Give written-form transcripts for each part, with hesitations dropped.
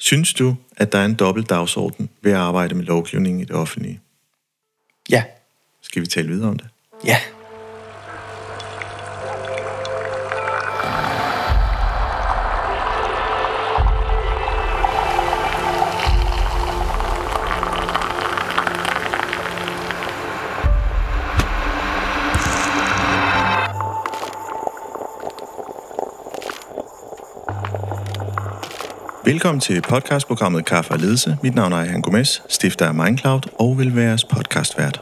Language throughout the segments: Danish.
Synes du, at der er en dobbelt dagsorden ved at arbejde med lovgivning i det offentlige? Ja. Skal vi tale videre om det? Ja. Velkommen til podcastprogrammet Kaffe og Ledelse. Mit navn er Jan Gomez, stifter af Mindcloud og vil være jeres podcastvært.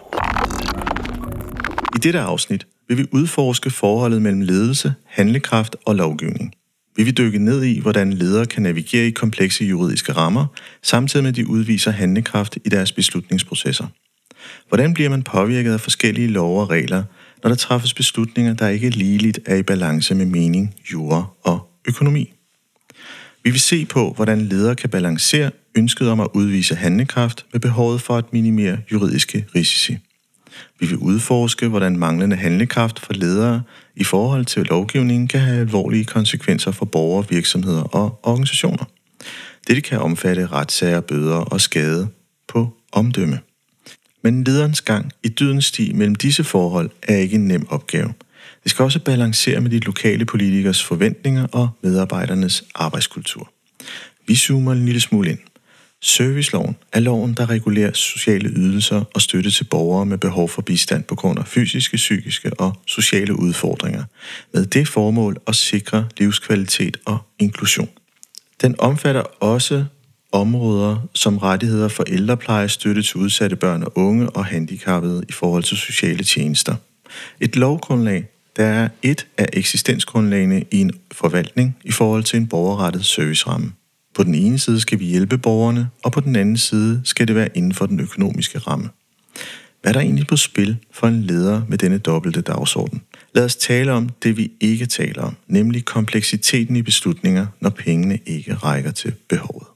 I dette afsnit vil vi udforske forholdet mellem ledelse, handlekraft og lovgivning. Vi vil dykke ned i, hvordan ledere kan navigere i komplekse juridiske rammer, samtidig med at de udviser handlekraft i deres beslutningsprocesser. Hvordan bliver man påvirket af forskellige love og regler, når der træffes beslutninger, der ikke ligeligt er i balance med mening, jura og økonomi? Vi vil se på, hvordan ledere kan balancere ønsket om at udvise handlekraft med behovet for at minimere juridiske risici. Vi vil udforske, hvordan manglende handlekraft for ledere i forhold til lovgivningen kan have alvorlige konsekvenser for borgere, virksomheder og organisationer. Dette kan omfatte retssager, bøder og skade på omdømme. Men lederens gang i dydens sti mellem disse forhold er ikke en nem opgave. Det skal også balancere med de lokale politikers forventninger og medarbejdernes arbejdskultur. Vi zoomer en lille smule ind. Serviceloven er loven, der regulerer sociale ydelser og støtte til borgere med behov for bistand på grund af fysiske, psykiske og sociale udfordringer, med det formål at sikre livskvalitet og inklusion. Den omfatter også områder som rettigheder for ældrepleje, støtte til udsatte børn og unge og handicappede i forhold til sociale tjenester. Et lovgrundlag, der er et af eksistensgrundlagene i en forvaltning i forhold til en borgerrettet serviceramme. På den ene side skal vi hjælpe borgerne, og på den anden side skal det være inden for den økonomiske ramme. Hvad er der egentlig på spil for en leder med denne dobbelte dagsorden? Lad os tale om det, vi ikke taler om, nemlig kompleksiteten i beslutninger, når pengene ikke rækker til behovet.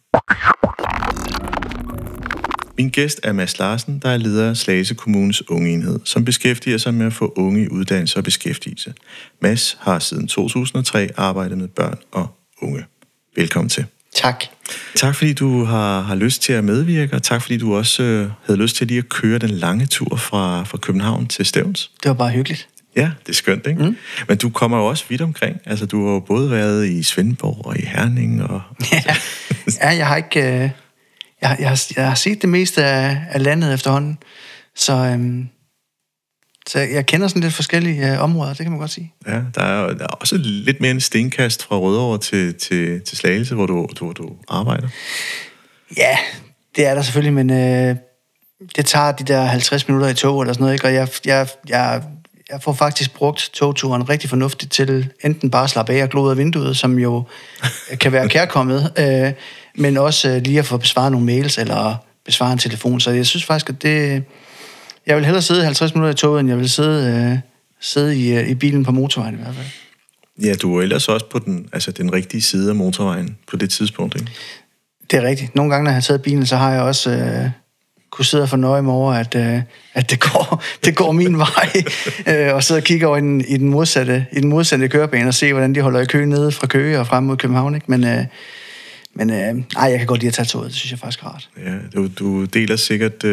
Min gæst er Mads Larsen, der er leder af Slagelse Kommunes ungeenhed, som beskæftiger sig med at få unge i uddannelse og beskæftigelse. Mads har siden 2003 arbejdet med børn og unge. Velkommen til. Tak. Tak fordi du har lyst til at medvirke, og tak fordi du også havde lyst til lige at køre den lange tur fra København til Stevns. Det var bare hyggeligt. Ja, det er skønt, ikke? Mm. Men du kommer jo også vidt omkring. Altså, du har jo både været i Svendborg og i Herning. Og... Ja, jeg har ikke... Jeg har set det meste af landet efterhånden, så jeg kender sådan lidt forskellige områder, det kan man godt sige. Ja, der er også lidt mere en stenkast fra Rødovre til Slagelse, hvor du arbejder. Ja, det er der selvfølgelig, men det tager de der 50 minutter i tog eller sådan noget, ikke? Og jeg får faktisk brugt togturen rigtig fornuftigt til enten bare at slappe af og glo ud af vinduet, som jo kan være kærkommet, men også lige at få besvaret nogle mails eller besvare en telefon. Så jeg synes faktisk, at jeg vil hellere sidde 50 minutter i toget, end jeg vil sidde i bilen på motorvejen i hvert fald. Ja, du er ellers også på den rigtige side af motorvejen på det tidspunkt, ikke? Det er rigtigt. Nogle gange, når jeg har taget bilen, så har jeg også kunne sidde og fornøje mig over, at det går min vej, og sidde og kigge over i den modsatte kørebane og se, hvordan de holder i kø nede fra Køge og frem mod København, ikke? Men jeg kan godt lide at tage toget, det synes jeg faktisk er rart. Ja, du deler sikkert...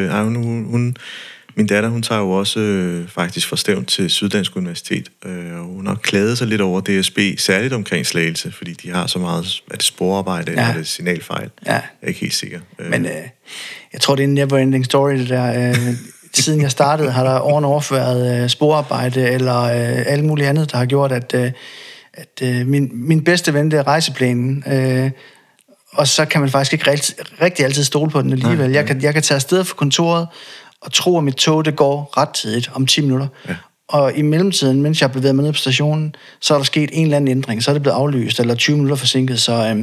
min datter, hun tager jo også faktisk fra Stevns til Syddansk Universitet, og hun har klaget sig lidt over DSB, særligt omkring Slagelse, fordi de har så meget, er det sporarbejde eller er det signalfejl? Ja. Jeg er ikke helt sikker. Men jeg tror, det er en never-ending story, det der. Siden jeg startede, har der overført sporarbejde eller alt muligt andet, der har gjort, at min bedste ven, det er rejseplanen, og så kan man faktisk ikke rigtig altid stole på den alligevel. Jeg kan tage afsted fra kontoret og tro, at mit tog det går rettidigt om 10 minutter. Ja. Og i mellemtiden, mens jeg bevæger mig ned på stationen, så er der sket en eller anden ændring. Så er det blevet aflyst, eller 20 minutter forsinket. Så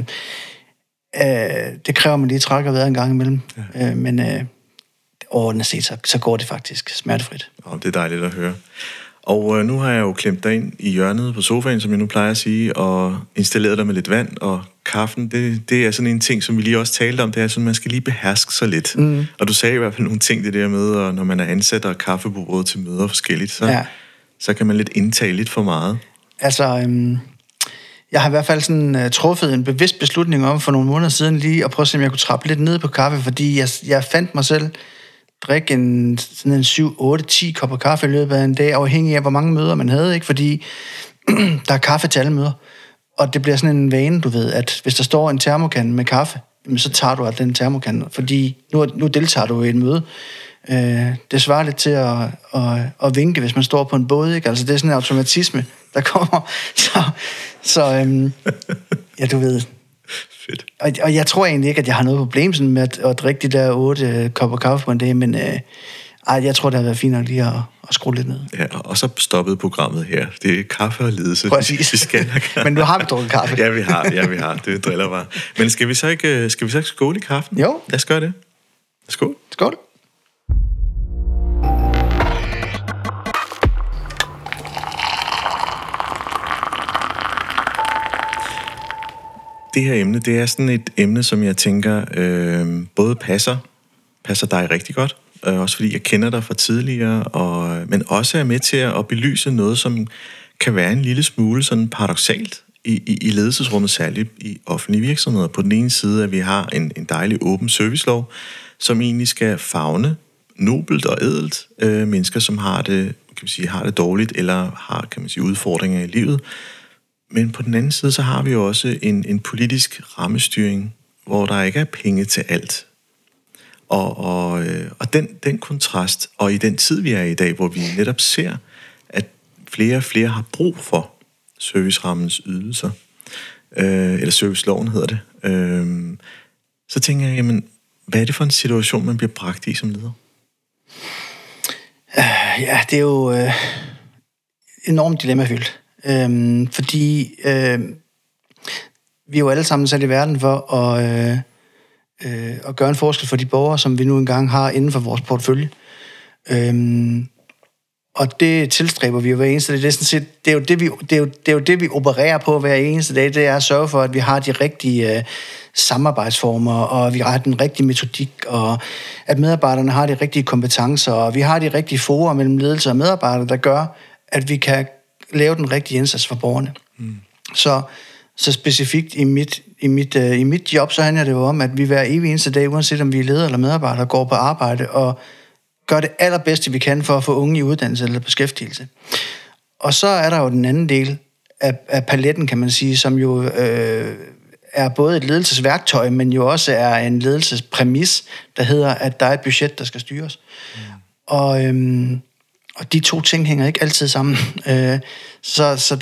det kræver, man lige trækker vejret en gang imellem. Ja. Men overordnet set, så går det faktisk smertefrit. Det er dejligt at høre. Og nu har jeg jo klemt dig ind i hjørnet på sofaen, som jeg nu plejer at sige, og installeret dig med lidt vand, og kaffen, det er sådan en ting, som vi lige også talte om, det er sådan, man skal lige beherske sig lidt. Mm. Og du sagde i hvert fald nogle ting, det der med, og når man er ansat og kaffe på brød til møder forskelligt, så kan man lidt indtage lidt for meget. Altså, jeg har i hvert fald sådan truffet en bevidst beslutning om for nogle måneder siden lige at prøve at se, om jeg kunne trappe lidt ned på kaffe, fordi jeg fandt mig selv drikke sådan en 7, 8, 10 kopper kaffe i løbet af en dag, afhængig af, hvor mange møder man havde, ikke? Fordi der er kaffe til alle møder. Og det bliver sådan en vane, du ved, at hvis der står en termokande med kaffe, så tager du den termokande, fordi nu deltager du i et møde. Det svarer lidt til at vinke, hvis man står på en båd, ikke? Altså, det er sådan en automatisme, der kommer. Ja, du ved. Fedt. Og jeg tror egentlig ikke, at jeg har noget problem sådan med at drikke de der 8 kopper kaffe på en dag, men jeg tror, det har været fint nok lige at skrue lidt ned. Ja, og så stoppede programmet her. Det er kaffe og ledelse. Præcis. Vi skal men nu har vi drukket kaffe. Ja, vi har. Det driller bare. Men skal vi så ikke skåle i kaffen? Jo. Lad os gøre det. Skål. Skål. Det her emne, det er sådan et emne, som jeg tænker både passer dig rigtig godt, også fordi jeg kender dig fra tidligere, men også er med til at belyse noget, som kan være en lille smule sådan paradoksalt i ledelsesrummet, særligt i offentlige virksomheder. På den ene side, at vi har en dejlig åben servicelov, som egentlig skal favne nobelt og ædelt mennesker, som har det dårligt, eller har, kan man sige, udfordringer i livet. Men på den anden side, så har vi jo også en politisk rammestyring, hvor der ikke er penge til alt. Og den kontrast, og i den tid, vi er i dag, hvor vi netop ser, at flere og flere har brug for servicerammens ydelser, eller serviceloven hedder det, så tænker jeg, jamen, hvad er det for en situation, man bliver bragt i som leder? Ja, det er jo enormt dilemmafyldt. Fordi vi er jo alle sammen sat i verden for at gøre en forskel for de borgere, som vi nu engang har inden for vores portefølje. Og det tilstræber vi jo hver eneste dag. Det er jo det, vi opererer på hver eneste dag. Det er at sørge for, at vi har de rigtige samarbejdsformer, og vi har den rigtige metodik, og at medarbejderne har de rigtige kompetencer, og vi har de rigtige fora mellem ledelse og medarbejdere, der gør, at vi kan lave den rigtige indsats for borgerne. Så specifikt i mit job, så handler det jo om, at vi hver evig eneste dag, uanset om vi er ledere eller medarbejdere, går på arbejde og gør det allerbedste, vi kan for at få unge i uddannelse eller beskæftigelse. Og så er der jo den anden del af paletten, kan man sige, som jo er både et ledelsesværktøj, men jo også er en ledelsespræmis, der hedder, at der er et budget, der skal styres. Og de to ting hænger ikke altid sammen. Så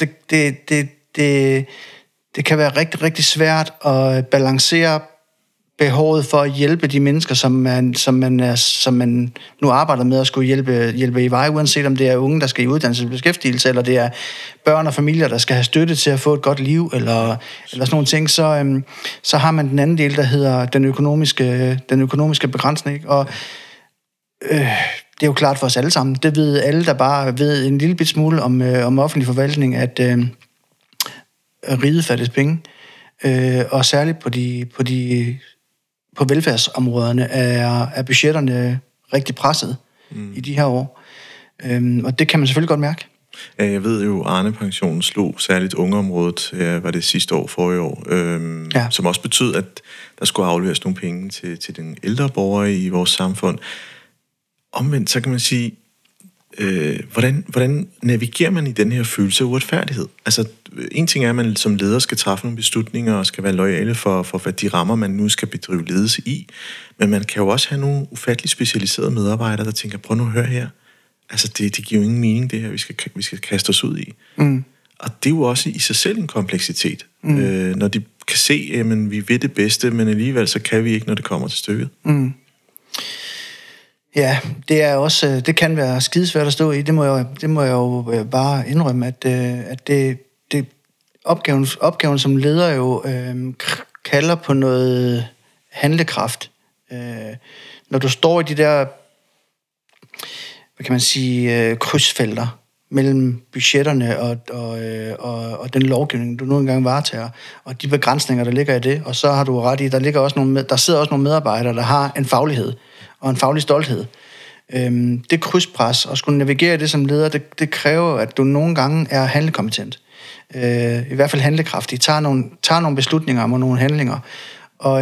det kan være rigtig, rigtig svært at balancere behovet for at hjælpe de mennesker, som man nu arbejder med at skulle hjælpe i vej, uanset om det er unge, der skal i uddannelse og beskæftigelse, eller det er børn og familier, der skal have støtte til at få et godt liv, eller sådan nogle ting, så har man den anden del, der hedder den økonomiske begrænsning. Og det er jo klart for os alle sammen. Det ved alle, der bare ved en lille bit smule om offentlig forvaltning, at riget fattes penge, og særligt på velfærdsområderne er budgetterne rigtig presset i de her år. Og det kan man selvfølgelig godt mærke. Ja, jeg ved jo, Arne-pensionen slog særligt ungeområdet, var det sidste år, forrige år, som også betød, at der skulle afleveres nogle penge til den ældre borgere i vores samfund. Omvendt, så kan man sige, hvordan navigerer man i den her følelse af uretfærdighed? Altså, en ting er, at man som leder skal træffe nogle beslutninger og skal være loyale for de rammer, man nu skal bedrive ledelse i. Men man kan jo også have nogle ufatteligt specialiserede medarbejdere, der tænker, prøv nu at høre her. Altså, det giver jo ingen mening, det her, vi skal kaste os ud i. Og det er jo også i sig selv en kompleksitet. Når de kan se, at vi ved det bedste, men alligevel så kan vi ikke, når det kommer til stykket. Ja, det er også, det kan være skidesvært at stå i. Det må jeg jo bare indrømme, at det opgaven som leder jo kalder på noget handlekraft. Når du står i de der, hvad kan man sige, krydsfelter mellem budgetterne og den lovgivning, du nu engang varetager, og de begrænsninger, der ligger i det, og så har du ret i, der sidder også nogle medarbejdere, der har en faglighed og en faglig stolthed. Det krydspres, og skulle navigere det som leder, det kræver, at du nogle gange er handlekompetent. I hvert fald handlekraftige, tager nogle beslutninger om nogle handlinger. Og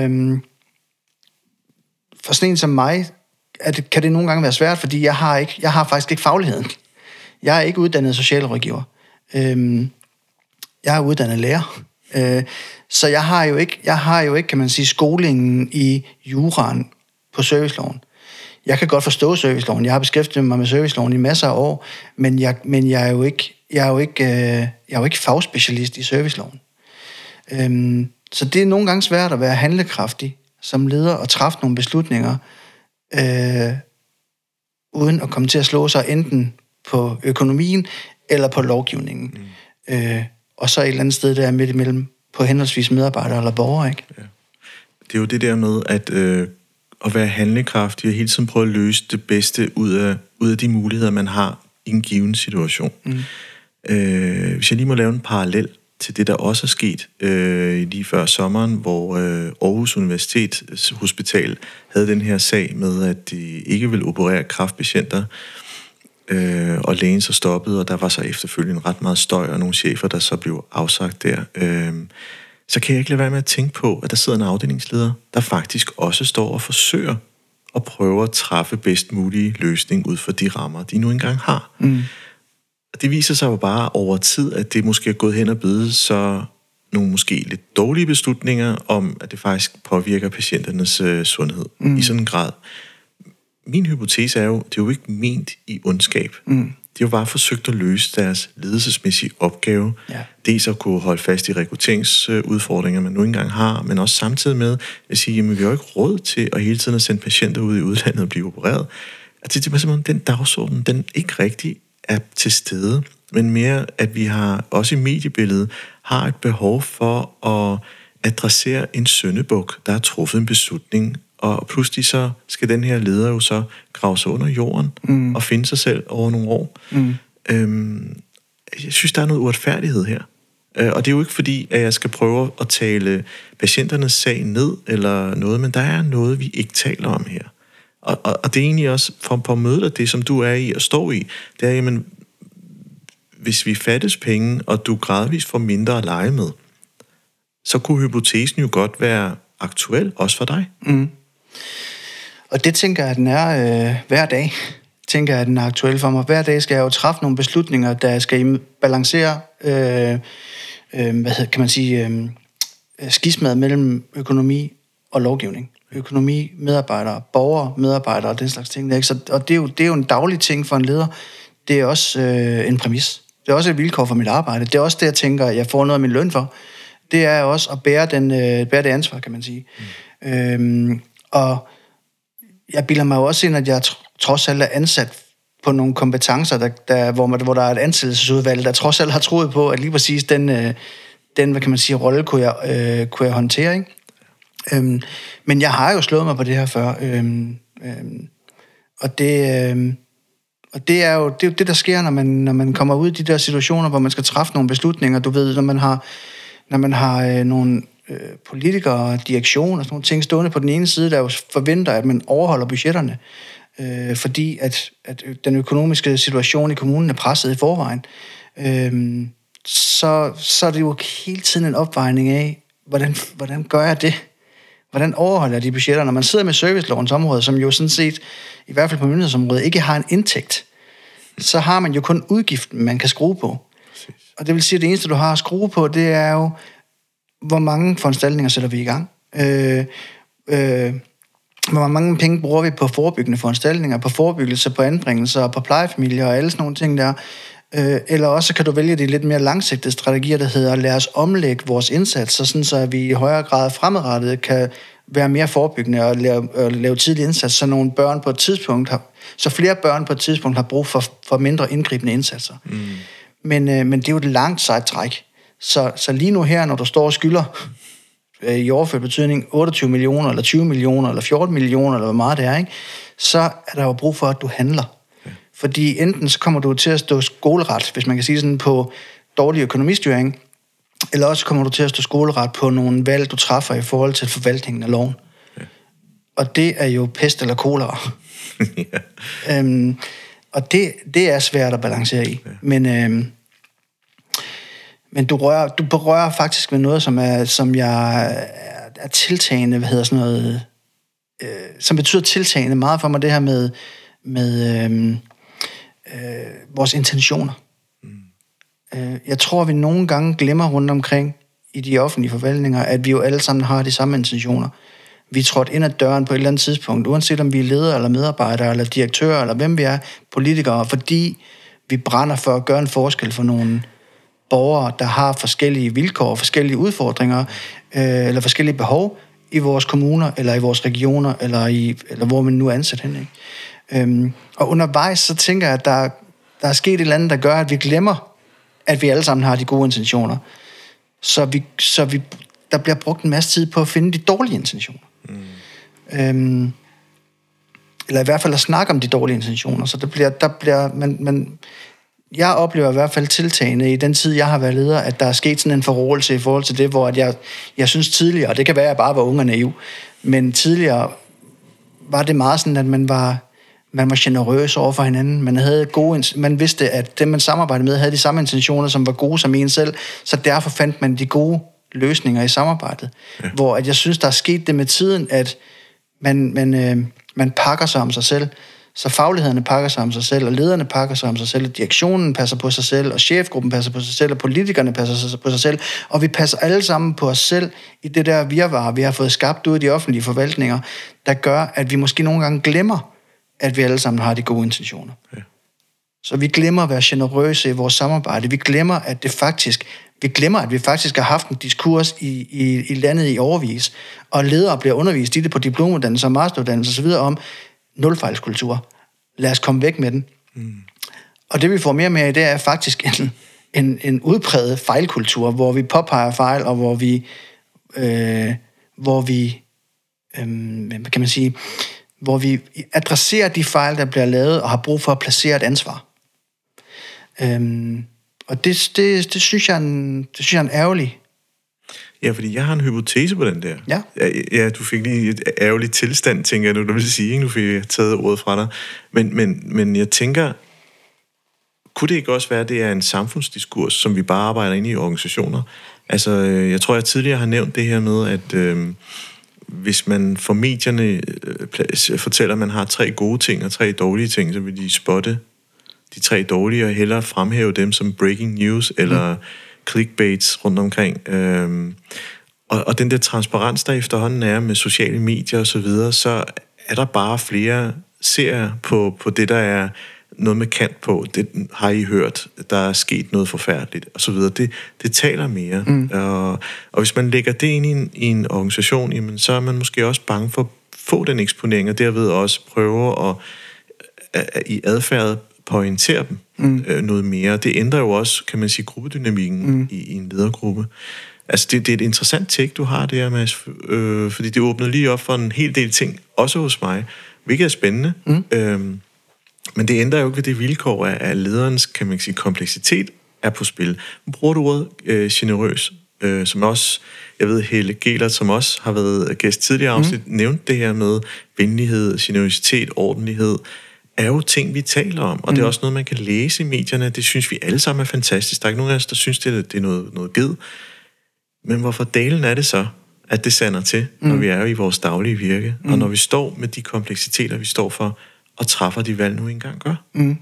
for sådan en som mig, kan det nogle gange være svært, fordi jeg har faktisk ikke fagligheden. Jeg er ikke uddannet socialrådgiver. Jeg er uddannet lærer. Så jeg har jo ikke, kan man sige, skolingen i juraen på serviceloven. Jeg kan godt forstå serviceloven. Jeg har beskæftiget mig med serviceloven i masser af år, men jeg er jo ikke fagspecialist i serviceloven. Så det er nogle gange svært at være handlekraftig som leder og træffe nogle beslutninger, uden at komme til at slå sig enten på økonomien eller på lovgivningen. Og så et eller andet sted der midt imellem på henholdsvis medarbejdere eller borgere, ikke? Ja. Det er jo det der med at være handlekraftig og hele tiden prøve at løse det bedste ud af de muligheder, man har i en given situation. Hvis jeg lige må lave en parallel til det, der også er sket lige før sommeren, hvor Aarhus Universitets Hospital havde den her sag med, at de ikke ville operere kræftpatienter, og lægen så stoppede, og der var så efterfølgende ret meget støj, og nogle chefer, der så blev afsagt der. Så kan jeg ikke lade være med at tænke på, at der sidder en afdelingsleder, der faktisk også står og forsøger at prøve at træffe bedst mulige løsning ud for de rammer, de nu engang har. Og det viser sig jo bare over tid, at det måske er gået hen og blevet så nogle måske lidt dårlige beslutninger om, at det faktisk påvirker patienternes sundhed i sådan en grad. Min hypotese er jo, det er jo ikke ment i ondskab. De har jo bare forsøgt at løse deres ledelsesmæssige opgave. Ja. Dels at kunne holde fast i rekrutteringsudfordringer, man nu engang har, men også samtidig med at sige, at vi har jo ikke råd til at hele tiden at sende patienter ud i udlandet og blive opereret. At det er simpelthen den dagsorden, den ikke rigtig er til stede, men mere, at vi har også i mediebilledet har et behov for at adressere en syndebuk, der har truffet en beslutning, og pludselig så skal den her leder jo så grave sig under jorden og finde sig selv over nogle år. Jeg synes, der er noget uretfærdighed her. Og det er jo ikke fordi, at jeg skal prøve at tale patienternes sag ned eller noget, men der er noget, vi ikke taler om her. Og det er egentlig også for at møde dig, det som du er i og står i, det er, jamen, hvis vi fattes penge, og du gradvist får mindre at lege med, så kunne hypotesen jo godt være aktuel, også for dig. Og det tænker jeg, at den er hver dag. Tænker jeg, at den er aktuel for mig. Hver dag skal jeg jo træffe nogle beslutninger, der skal balancere, kan man sige, skismaet mellem økonomi og lovgivning. Økonomi, medarbejdere, borgere, medarbejdere og den slags ting. Ikke? Og det er jo en daglig ting for en leder. Det er også en præmis. Det er også et vilkår for mit arbejde. Det er også det, jeg tænker, at jeg får noget af min løn for. Det er også at bære det ansvar, kan man sige. Og jeg bilder mig jo også ind, at jeg trods alt er ansat på nogle kompetencer, hvor der er et ansættelsesudvalg, der trods alt har troet på, at lige præcis den hvad kan man sige, rolle kunne jeg håndtere, ikke? Men jeg har jo slået mig på det her før. Og det er jo det, der sker, når man kommer ud i de der situationer, hvor man skal træffe nogle beslutninger. Du ved, når man har nogle politikere og direktion og sådan nogle ting stående på den ene side, der jo forventer, at man overholder budgetterne, fordi at den økonomiske situation i kommunen er presset i forvejen, så er det jo hele tiden en opvejning af, hvordan gør jeg det? Hvordan overholder jeg de budgetter? Når man sidder med servicelovens område, som jo sådan set, i hvert fald på myndighedsområdet, ikke har en indtægt, så har man jo kun udgiften, man kan skrue på. Og det vil sige, at det eneste, du har at skrue på, det er jo, hvor mange foranstaltninger sætter vi i gang? Hvor mange penge bruger vi på forebyggende foranstaltninger, på forebyggelse, på anbringelser, på plejefamilier og alle sådan nogle ting der. Eller også kan du vælge de lidt mere langsigtede strategier, der hedder, lad os omlægge vores indsats, sådan så vi i højere grad fremadrettet kan være mere forebyggende og lave tidlig indsats, så nogle børn på et tidspunkt så flere børn på et tidspunkt har brug for mindre indgribende indsatser. Men det er jo et langt sejt træk. Så lige nu her, når du står og skylder i overført betydning 28 millioner, eller 20 millioner, eller 14 millioner, eller hvor meget det er, ikke? Så er der jo brug for, at du handler. Fordi enten så kommer du til at stå skoleret, hvis man kan sige sådan, på dårlig økonomistyring, eller også kommer du til at stå skoleret på nogle valg, du træffer i forhold til forvaltningen af loven. Ja. Og det er jo pest eller kolera. Ja. Og det er svært at balancere i. Ja. Men du berører faktisk ved noget, som jeg er tiltagende, som betyder tiltagende meget for mig, det her med vores intentioner. Jeg tror, vi nogle gange glemmer rundt omkring i de offentlige forvaltninger, at vi jo alle sammen har de samme intentioner. Vi er trådt ind ad døren på et eller andet tidspunkt, uanset om vi er ledere eller medarbejdere, eller direktører, eller hvem vi er, politikere, fordi vi brænder for at gøre en forskel for nogle borgere, der har forskellige vilkår, forskellige udfordringer, eller forskellige behov i vores kommuner, eller i vores regioner, eller hvor man nu er ansat hen. Ikke? Og undervejs, så tænker jeg, at der er sket et eller andet, der gør, at vi glemmer, at vi alle sammen har de gode intentioner. Så der bliver brugt en masse tid på at finde de dårlige intentioner. Eller i hvert fald at snakke om de dårlige intentioner. Så jeg oplever i hvert fald tiltagende i den tid, jeg har været leder, at der er sket sådan en forrådelse i forhold til det, hvor at jeg synes tidligere, og det kan være, at jeg bare var ung og naiv, men tidligere var det meget sådan, at man var generøs over for hinanden. Man vidste, at dem, man samarbejdede med, havde de samme intentioner, som var gode som en selv, så derfor fandt man de gode løsninger i samarbejdet. Ja. Hvor at jeg synes, der er sket det med tiden, at man pakker sig om sig selv. Så faglighederne pakker sig om sig selv, og lederne pakker sig om sig selv, og direktionen passer på sig selv, og chefgruppen passer på sig selv, og politikerne passer på sig selv, og vi passer alle sammen på os selv i det der virvar, vi har fået skabt ud af de offentlige forvaltninger, der gør, at vi måske nogle gange glemmer, at vi alle sammen har de gode intentioner. Ja. Så vi glemmer at være generøse i vores samarbejde. Vi glemmer, at vi faktisk har haft en diskurs i landet i årevis, og ledere bliver undervist i det på diplomuddannelser og masteruddannelser osv. om nulfejlskultur. Lad os komme væk med den. Og det vi får mere og mere i, det er faktisk en udpræget fejlkultur, hvor vi påpeger fejl, og hvor vi adresserer de fejl, der bliver lavet, og har brug for at placere et ansvar. Og det synes jeg er en ærgerlig. Ja, fordi jeg har en hypotese på den der. Ja. Ja, du fik lige et ærgerligt tilstand, tænker jeg, du vil sige. Nu fik jeg taget ordet fra dig. Men jeg tænker, kunne det ikke også være, at det er en samfundsdiskurs, som vi bare arbejder inde i organisationer? Altså, jeg tror, jeg tidligere har nævnt det her med, at hvis man for medierne fortæller, at man har 3 gode ting og 3 dårlige ting, så vil de spotte de 3 dårlige, og hellere fremhæve dem som breaking news, eller clickbaits rundt omkring. Og den der transparens, der efterhånden er med sociale medier og så videre, så er der bare flere serier på det, der er noget med kant på. Det har I hørt, der er sket noget forfærdeligt, og så videre. Det taler mere. Og hvis man lægger det ind i en organisation, jamen, så er man måske også bange for at få den eksponering, og derved også prøve at i adfærd pointere dem noget mere. Det ændrer jo også, kan man sige, gruppedynamikken i en ledergruppe. Altså, det er et interessant take, du har der, Mads, fordi det åbner lige op for en hel del ting, også hos mig, hvilket er spændende. Men det ændrer jo ikke ved det vilkår, at lederens, kan man sige, kompleksitet er på spil. Nu bruger du ordet generøs, som også, jeg ved, Helle Gelert, som også har været gæst tidligere afsnit, nævnte det her med venlighed, generøsitet, ordentlighed, er jo ting, vi taler om, og det er også noget, man kan læse i medierne. Det synes vi alle sammen er fantastisk. Der er ikke nogen af os, der synes, det er noget ged. Men hvorfor delen er det så, at det sander til, når vi er i vores daglige virke, og når vi står med de kompleksiteter, vi står for, og træffer de valg, nu engang gør?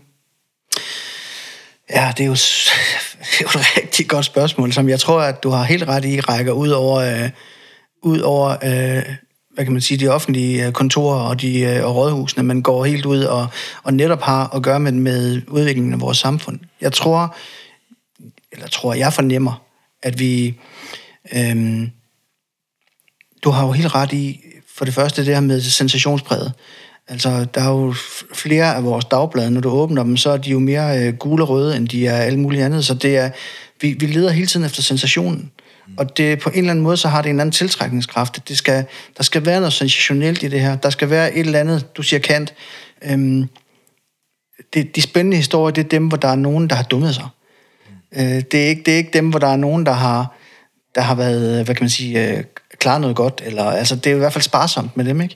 Ja, det er jo et rigtig godt spørgsmål, som jeg tror, at du har helt ret i, rækker ud over hvad kan man sige, de offentlige kontorer og rådhusene, man går helt ud og netop har at gøre med udviklingen af vores samfund. Jeg fornemmer, at vi du har jo helt ret i, for det første det her med sensationspræget. Altså, der er jo flere af vores dagblade, når du åbner dem, så er de jo mere gule og røde, end de er alt muligt andet. Så det er, vi leder hele tiden efter sensationen. Og det, på en eller anden måde, så har det en anden tiltrækningskraft. Der skal være noget sensationelt i det her. Der skal være et eller andet, du siger Kant. De spændende historier, det er dem, hvor der er nogen, der har dummet sig. Det er ikke dem, hvor der er nogen, der har været, hvad kan man sige, klaret noget godt. Eller, altså, det er i hvert fald sparsomt med dem, ikke?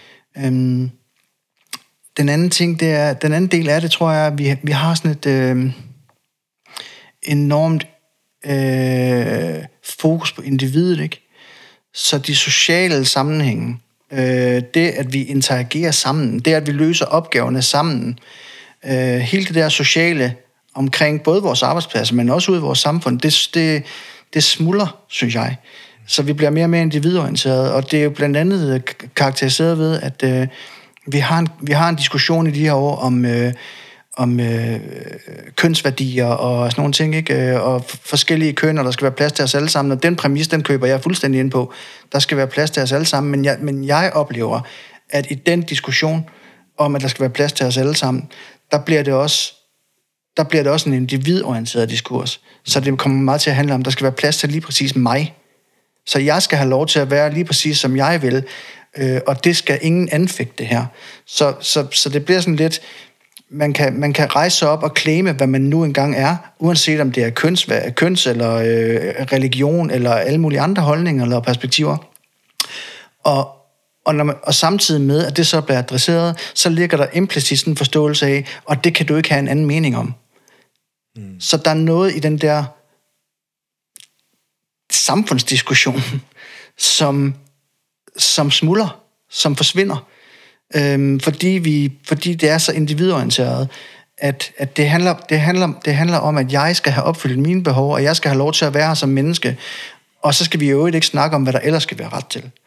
Den anden del af det, tror jeg, at vi har sådan et enormt fokus på individet, ikke? Så de sociale sammenhænge, det at vi interagerer sammen, det at vi løser opgaverne sammen, hele det der sociale omkring både vores arbejdspladser, men også ude i vores samfund, det smuldrer, synes jeg. Så vi bliver mere og mere individorienteret, og det er jo blandt andet karakteriseret ved, at vi har en diskussion i de her år om kønsværdier og sådan nogle ting, ikke? Og forskellige køn, og der skal være plads til os alle sammen, og den præmis, den køber jeg fuldstændig ind på. Der skal være plads til os alle sammen, men jeg oplever, at i den diskussion om, at der skal være plads til os alle sammen, der bliver det også en individorienteret diskurs. Så det kommer meget til at handle om, at der skal være plads til lige præcis mig. Så jeg skal have lov til at være lige præcis, som jeg vil, og det skal ingen anfægte her. Så det bliver sådan lidt, man kan rejse sig op og claime, hvad man nu engang er, uanset om det er køns eller religion, eller alle mulige andre holdninger eller perspektiver. Og samtidig med, at det så bliver adresseret, så ligger der implicit en forståelse af, og det kan du ikke have en anden mening om. Så der er noget i den der samfundsdiskussion, som smuldrer, som forsvinder, fordi det er så individorienteret, at det handler om, at jeg skal have opfyldt mine behov, og jeg skal have lov til at være her som menneske, og så skal vi jo ikke snakke om, hvad der ellers skal være ret til.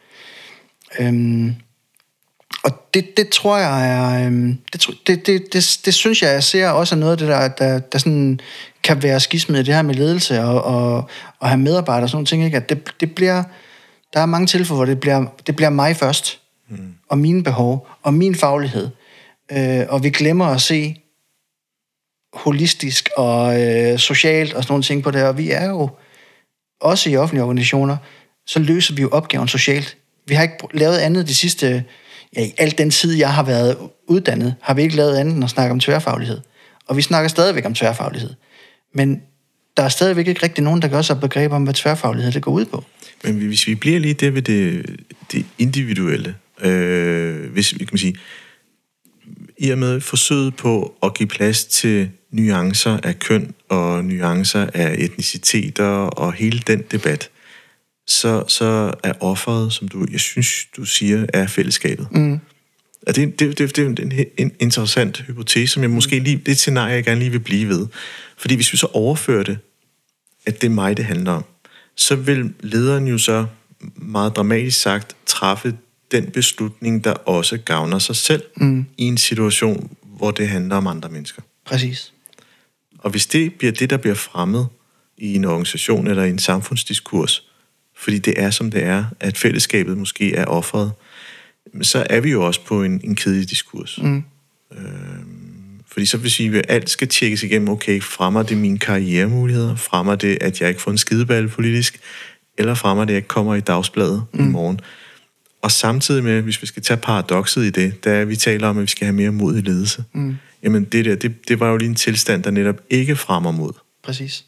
Og det tror jeg er, det synes jeg ser også er noget af det der sådan kan være skismet i det her med ledelse og have medarbejdere og sådan nogle ting, ikke? At det bliver, der er mange tilfælde, hvor det bliver mig først, og mine behov, og min faglighed, og vi glemmer at se holistisk og socialt og sådan nogle ting på det, og vi er jo også i offentlige organisationer, så løser vi jo opgaven socialt. Vi har ikke lavet andet de sidste, i al den tid, jeg har været uddannet, har vi ikke lavet andet end at snakke om tværfaglighed. Og vi snakker stadigvæk om tværfaglighed. Men der er stadigvæk ikke rigtig nogen, der gør sig begreb om, hvad tværfaglighed det går ud på. Men hvis vi bliver lige der ved det individuelle, hvis vi kan sige, i og med forsøget på at give plads til nuancer af køn og nuancer af etniciteter og hele den debat, så er offeret, som jeg synes, du siger, er fællesskabet. Og det er en interessant hypotese, som jeg måske lige, det er et scenarie, jeg gerne lige vil blive ved. Fordi hvis vi så overfører det, at det er mig, det handler om, så vil lederen jo så meget dramatisk sagt træffe den beslutning, der også gavner sig selv i en situation, hvor det handler om andre mennesker. Præcis. Og hvis det bliver det, der bliver fremmet i en organisation eller i en samfundsdiskurs, fordi det er, som det er, at fællesskabet måske er offeret, så er vi jo også på en kedelig diskurs. Fordi så vil sige, at alt skal tjekkes igennem, okay, fremmer det mine karrieremuligheder, fremmer det, at jeg ikke får en skideballe politisk, eller fremmer det, at jeg ikke kommer i dagsbladet i morgen. Og samtidig med, hvis vi skal tage paradokset i det, da vi taler om, at vi skal have mere mod i ledelse, jamen det var jo lige en tilstand, der netop ikke fremmer mod. Præcis.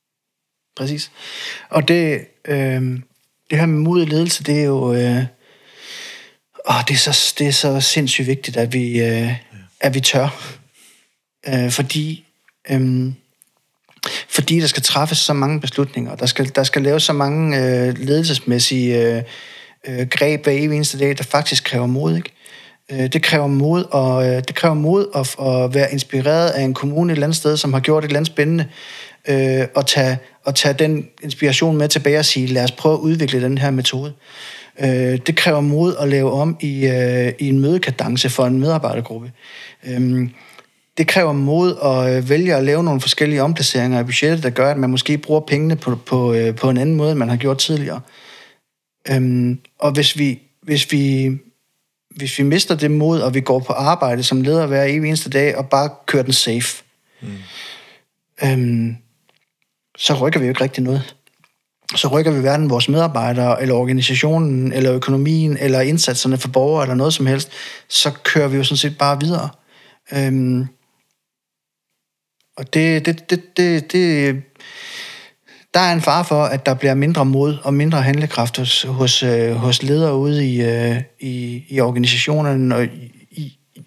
Og det her med mod i ledelse, det er jo det er så sindssygt vigtigt, at vi tør. Fordi der skal træffes så mange beslutninger, der skal laves så mange ledelsesmæssige greb hver eneste dag, der faktisk kræver mod, ikke? Det kræver mod at være inspireret af en kommune et eller andet sted, som har gjort et eller andet spændende, og tage den inspiration med tilbage og sige, lad os prøve at udvikle den her metode. Det kræver mod at lave om i en mødekadence for en medarbejdergruppe. Det kræver mod at vælge at lave nogle forskellige omplaceringer af budgettet, der gør, at man måske bruger pengene på en anden måde, end man har gjort tidligere. Og hvis vi mister det mod, og vi går på arbejde som leder hver evig eneste dag, og bare kører den safe, så rykker vi jo ikke rigtig noget. Så rykker vi hverken vores medarbejdere, eller organisationen, eller økonomien, eller indsatserne for borgere, eller noget som helst. Så kører vi jo sådan set bare videre. Og der er en fare for, at der bliver mindre mod og mindre handlekraft hos ledere ude i organisationerne,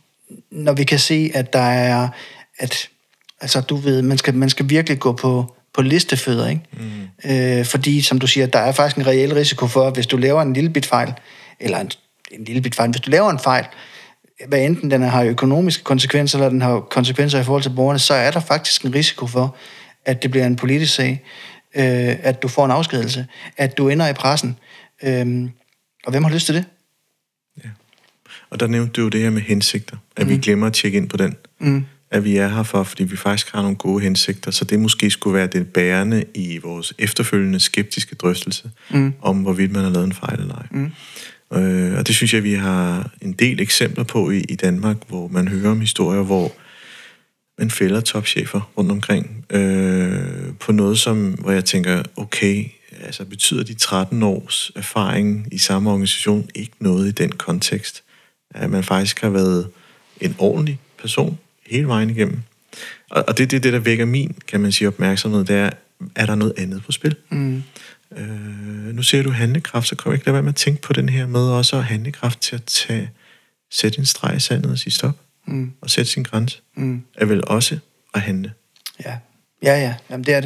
når vi kan se, at der er, altså du ved, man skal virkelig gå på listefødder, ikke? Fordi, som du siger, der er faktisk en reel risiko for, at hvis du laver en lille bit fejl, eller en lille bit fejl, hvis du laver en fejl, hvad enten den har økonomiske konsekvenser, eller den har konsekvenser i forhold til borgerne, så er der faktisk en risiko for, at det bliver en politisk sag, at du får en afskedelse, at du ender i pressen. Og hvem har lyst til det? Ja. Og der nævnte du jo det her med hensigter, at vi glemmer at tjekke ind på den. At vi er her for, fordi vi faktisk har nogle gode hensigter, så det måske skulle være det bærende i vores efterfølgende skeptiske drøftelse, om hvorvidt man har lavet en fejl eller ej. Og det synes jeg, vi har en del eksempler på i Danmark, hvor man hører om historier, hvor man fælder topchefer rundt omkring på noget, hvor jeg tænker, okay, altså betyder de 13 års erfaring i samme organisation ikke noget i den kontekst, at man faktisk har været en ordentlig person hele vejen igennem. Og det er det, der vækker min, kan man sige, opmærksomhed, det er der noget andet på spil? Nu ser du handlekraft, så kan du ikke lade være med at tænke på den her med også at handlekraft til at sætte en streg i sandet og sige stop, og sætte sin grænse, er vel også at handle. Ja, jamen det er det.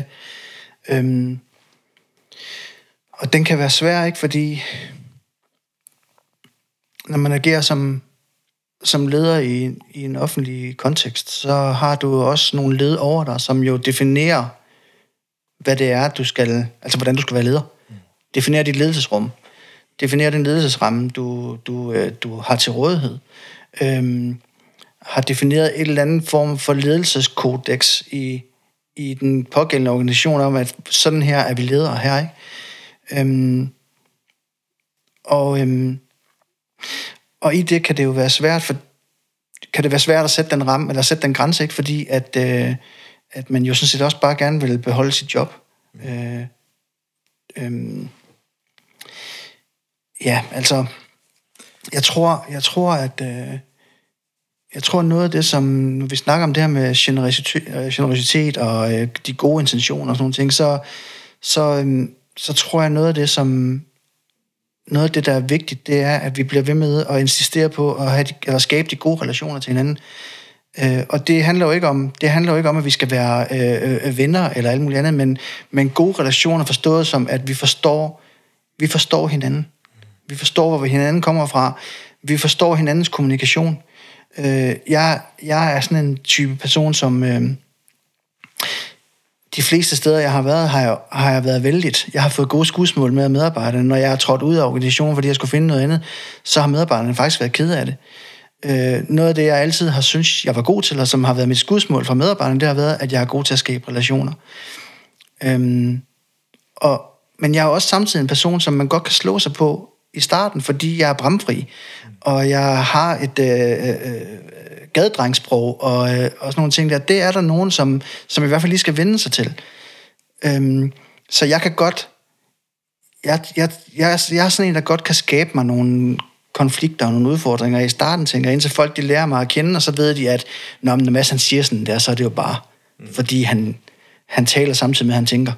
Og den kan være svær, ikke? Fordi når man agerer som leder i en offentlig kontekst, så har du også nogle led over dig, som jo definerer, hvad det er, du skal, altså hvordan du skal være leder. Definerer dit ledelsesrum. Definerer den ledelsesramme, du har til rådighed. Har defineret et eller andet form for ledelseskodex i den pågældende organisation om, at sådan her er vi ledere her, ikke? Og i det kan det jo være svært, at sætte den ramme, eller sætte den grænse, ikke? Fordi at man jo sådan set også bare gerne vil beholde sit job. Ja, altså, jeg tror noget af det, som, når vi snakker om det her med generøsitet og de gode intentioner og sådan nogle ting, så tror jeg noget af det, der er vigtigt, det er, at vi bliver ved med at insistere på at skabe de gode relationer til hinanden. Og det handler jo ikke om, at vi skal være venner eller alt muligt andet, men gode relationer forstået som, at vi forstår hinanden. Vi forstår, hvor hinanden kommer fra. Vi forstår hinandens kommunikation. Jeg er sådan en type person, som de fleste steder, jeg har været, har jeg været vældigt. Jeg har fået gode skudsmål med medarbejderne. Når jeg er trådt ud af organisationen, fordi jeg skulle finde noget andet, så har medarbejderne faktisk været ked af det. Noget af det, jeg altid har syntes, jeg var god til, og som har været mit skudsmål fra medarbejderne, det har været, at jeg er god til at skabe relationer. Men jeg er også samtidig en person, som man godt kan slå sig på i starten, fordi jeg er bramfri, og jeg har et gadedrengsprog, og sådan nogle ting der. Det er der nogen, som i hvert fald lige skal vende sig til. Så jeg kan godt... Jeg er sådan en, der godt kan skabe mig nogle konflikter og nogle udfordringer i starten, tænker jeg, indtil folk de lærer mig at kende, og så ved de, at når Mads han siger sådan der, så er det jo bare, fordi han taler samtidig med, at han tænker.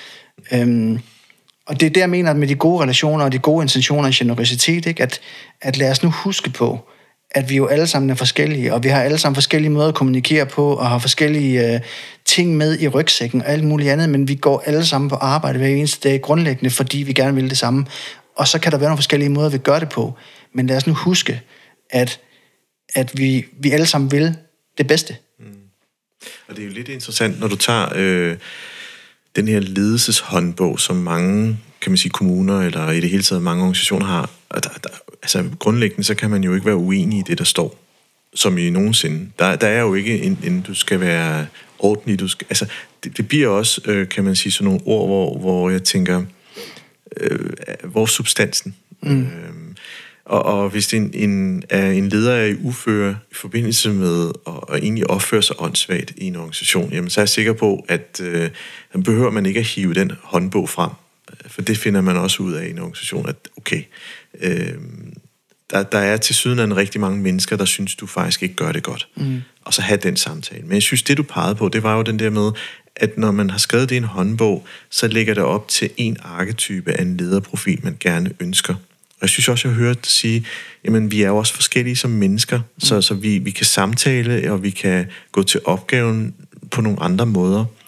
Og det er det, jeg mener med de gode relationer og de gode intentioner og generøsitet, ikke? At lad os nu huske på, at vi jo alle sammen er forskellige, og vi har alle sammen forskellige måder at kommunikere på, og har forskellige ting med i rygsækken og alt muligt andet, men vi går alle sammen på arbejde hver eneste dag grundlæggende, fordi vi gerne vil det samme. Og så kan der være nogle forskellige måder, vi gør det på. Men lad os nu huske, at vi alle sammen vil det bedste. Og det er jo lidt interessant, når du tager den her ledelseshåndbog, som mange, kan man sige, kommuner, eller i det hele taget mange organisationer har. Altså grundlæggende, så kan man jo ikke være uenig i det, der står, som i nogensinde. Der er jo ikke en du skal være ordentlig. Altså, det bliver også, kan man sige, sådan nogle ord, hvor jeg tænker, hvor substansen. Og hvis det er en leder er i uføre i forbindelse med at egentlig opføre sig åndssvagt i en organisation, jamen så er jeg sikker på, at behøver man ikke at hive den håndbog frem. For det finder man også ud af i en organisation, at okay, der er tilsyneladende rigtig mange mennesker, der synes, du faktisk ikke gør det godt. Og så have den samtale. Men jeg synes, det du pegede på, det var jo den der med, at når man har skrevet det i en håndbog, så lægger det op til en arketype af en lederprofil, man gerne ønsker. Og jeg synes også, jeg har hørt sige, jamen vi er jo også forskellige som mennesker, så vi kan samtale, og vi kan gå til opgaven på nogle andre måder.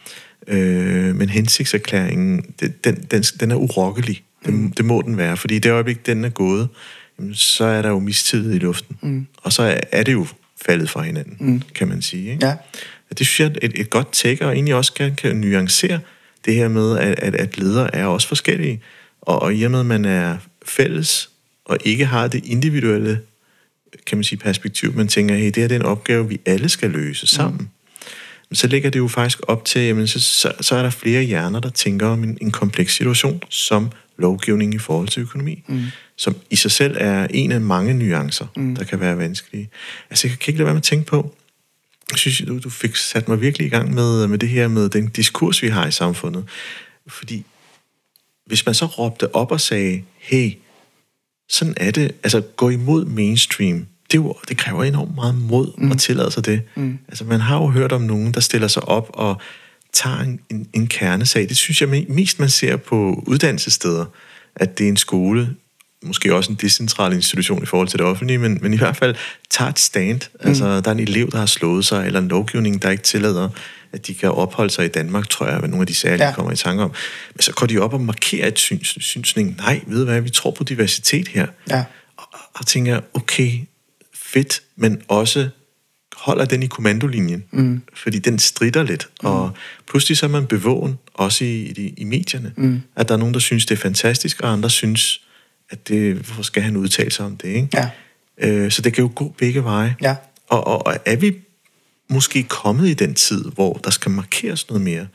Men hensigtserklæringen, den er urokkelig. Det må den være, fordi i det øjeblik, den er gået, så er der jo mistillid i luften. Og så er det jo faldet fra hinanden, kan man sige. Ikke? Ja. Det synes jeg er et godt take, og egentlig også kan nuancere det her med, at ledere er også forskellige. Og i og med, at man er fælles, og ikke har det individuelle, kan man sige, perspektiv, man tænker, hey, det her er en opgave, vi alle skal løse sammen. Men så ligger det jo faktisk op til, jamen, så er der flere hjerner, der tænker om en kompleks situation, som lovgivning i forhold til økonomi, som i sig selv er en af mange nuancer, der kan være vanskelige. Altså, jeg kan ikke lade være med at tænke på, jeg synes, du fik sat mig virkelig i gang med det her, med den diskurs, vi har i samfundet. Fordi hvis man så råbte op og sagde, hey, sådan er det, altså gå imod mainstream, det kræver enormt meget mod at tillade sig det. Altså man har jo hørt om nogen, der stiller sig op og tager en kernesag. Det synes jeg mest, man ser på uddannelsessteder, at det er en skole, måske også en decentral institution i forhold til det offentlige, men i hvert fald tager et stand. Altså der er en elev, der har slået sig, eller en lovgivning, der ikke tillader, at de kan opholde sig i Danmark, tror jeg, at nogle af de sager, de kommer i tanke om. Men så går de op og markerer et synsning. Nej, ved du hvad, vi tror på diversitet her. Ja. Og tænker, okay, fedt, men også holder den i kommandolinjen, fordi den stritter lidt, og pludselig så er man bevågen, også i medierne, at der er nogen, der synes, det er fantastisk, og andre synes, at hvorfor skal han udtale sig om det, ikke? Ja. Så det kan jo gå begge veje. Ja. Og er vi måske kommet i den tid, hvor der skal markeres noget mere?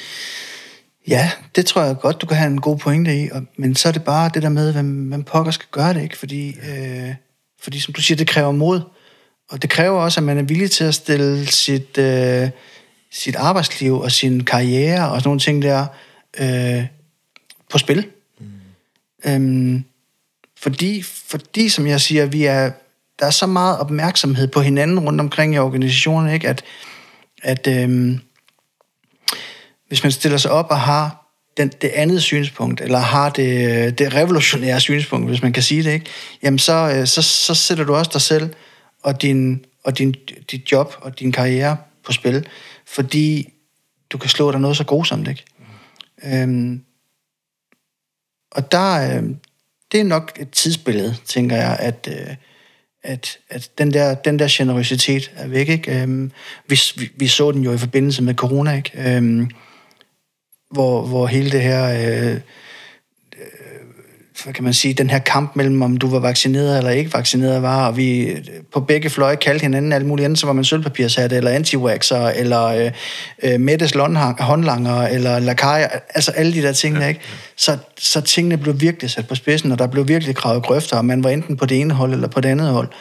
Ja, det tror jeg godt, du kan have en god pointe i, men så er det bare det der med, hvem pokker skal gøre det, ikke? Fordi som du siger, det kræver mod, og det kræver også, at man er villig til at stille sit arbejdsliv og sin karriere og sådan nogle ting der på spil. Fordi som jeg siger, der er så meget opmærksomhed på hinanden rundt omkring i organisationen, ikke? At hvis man stiller sig op og har det andet synspunkt, eller har det revolutionære synspunkt, hvis man kan sige det, ikke? Jamen så sætter du også dig selv og dit job og din karriere på spil, fordi du kan slå dig noget så grusomt, ikke? Og det er nok et tidsbillede, tænker jeg, at den der generøsitet er væk, ikke? Vi så den jo i forbindelse med corona, ikke? Hvor hele det her, hvad kan man sige, den her kamp mellem, om du var vaccineret eller ikke vaccineret var, og vi på begge fløje kaldte hinanden alt muligt andet, så var man sølvpapirshat, eller anti-vaxxer, eller Mettes håndlanger, eller lakajer, altså alle de der ting, ja. Ikke? Så tingene blev virkelig sat på spidsen, og der blev virkelig gravet grøfter, og man var enten på det ene hold, eller på det andet hold.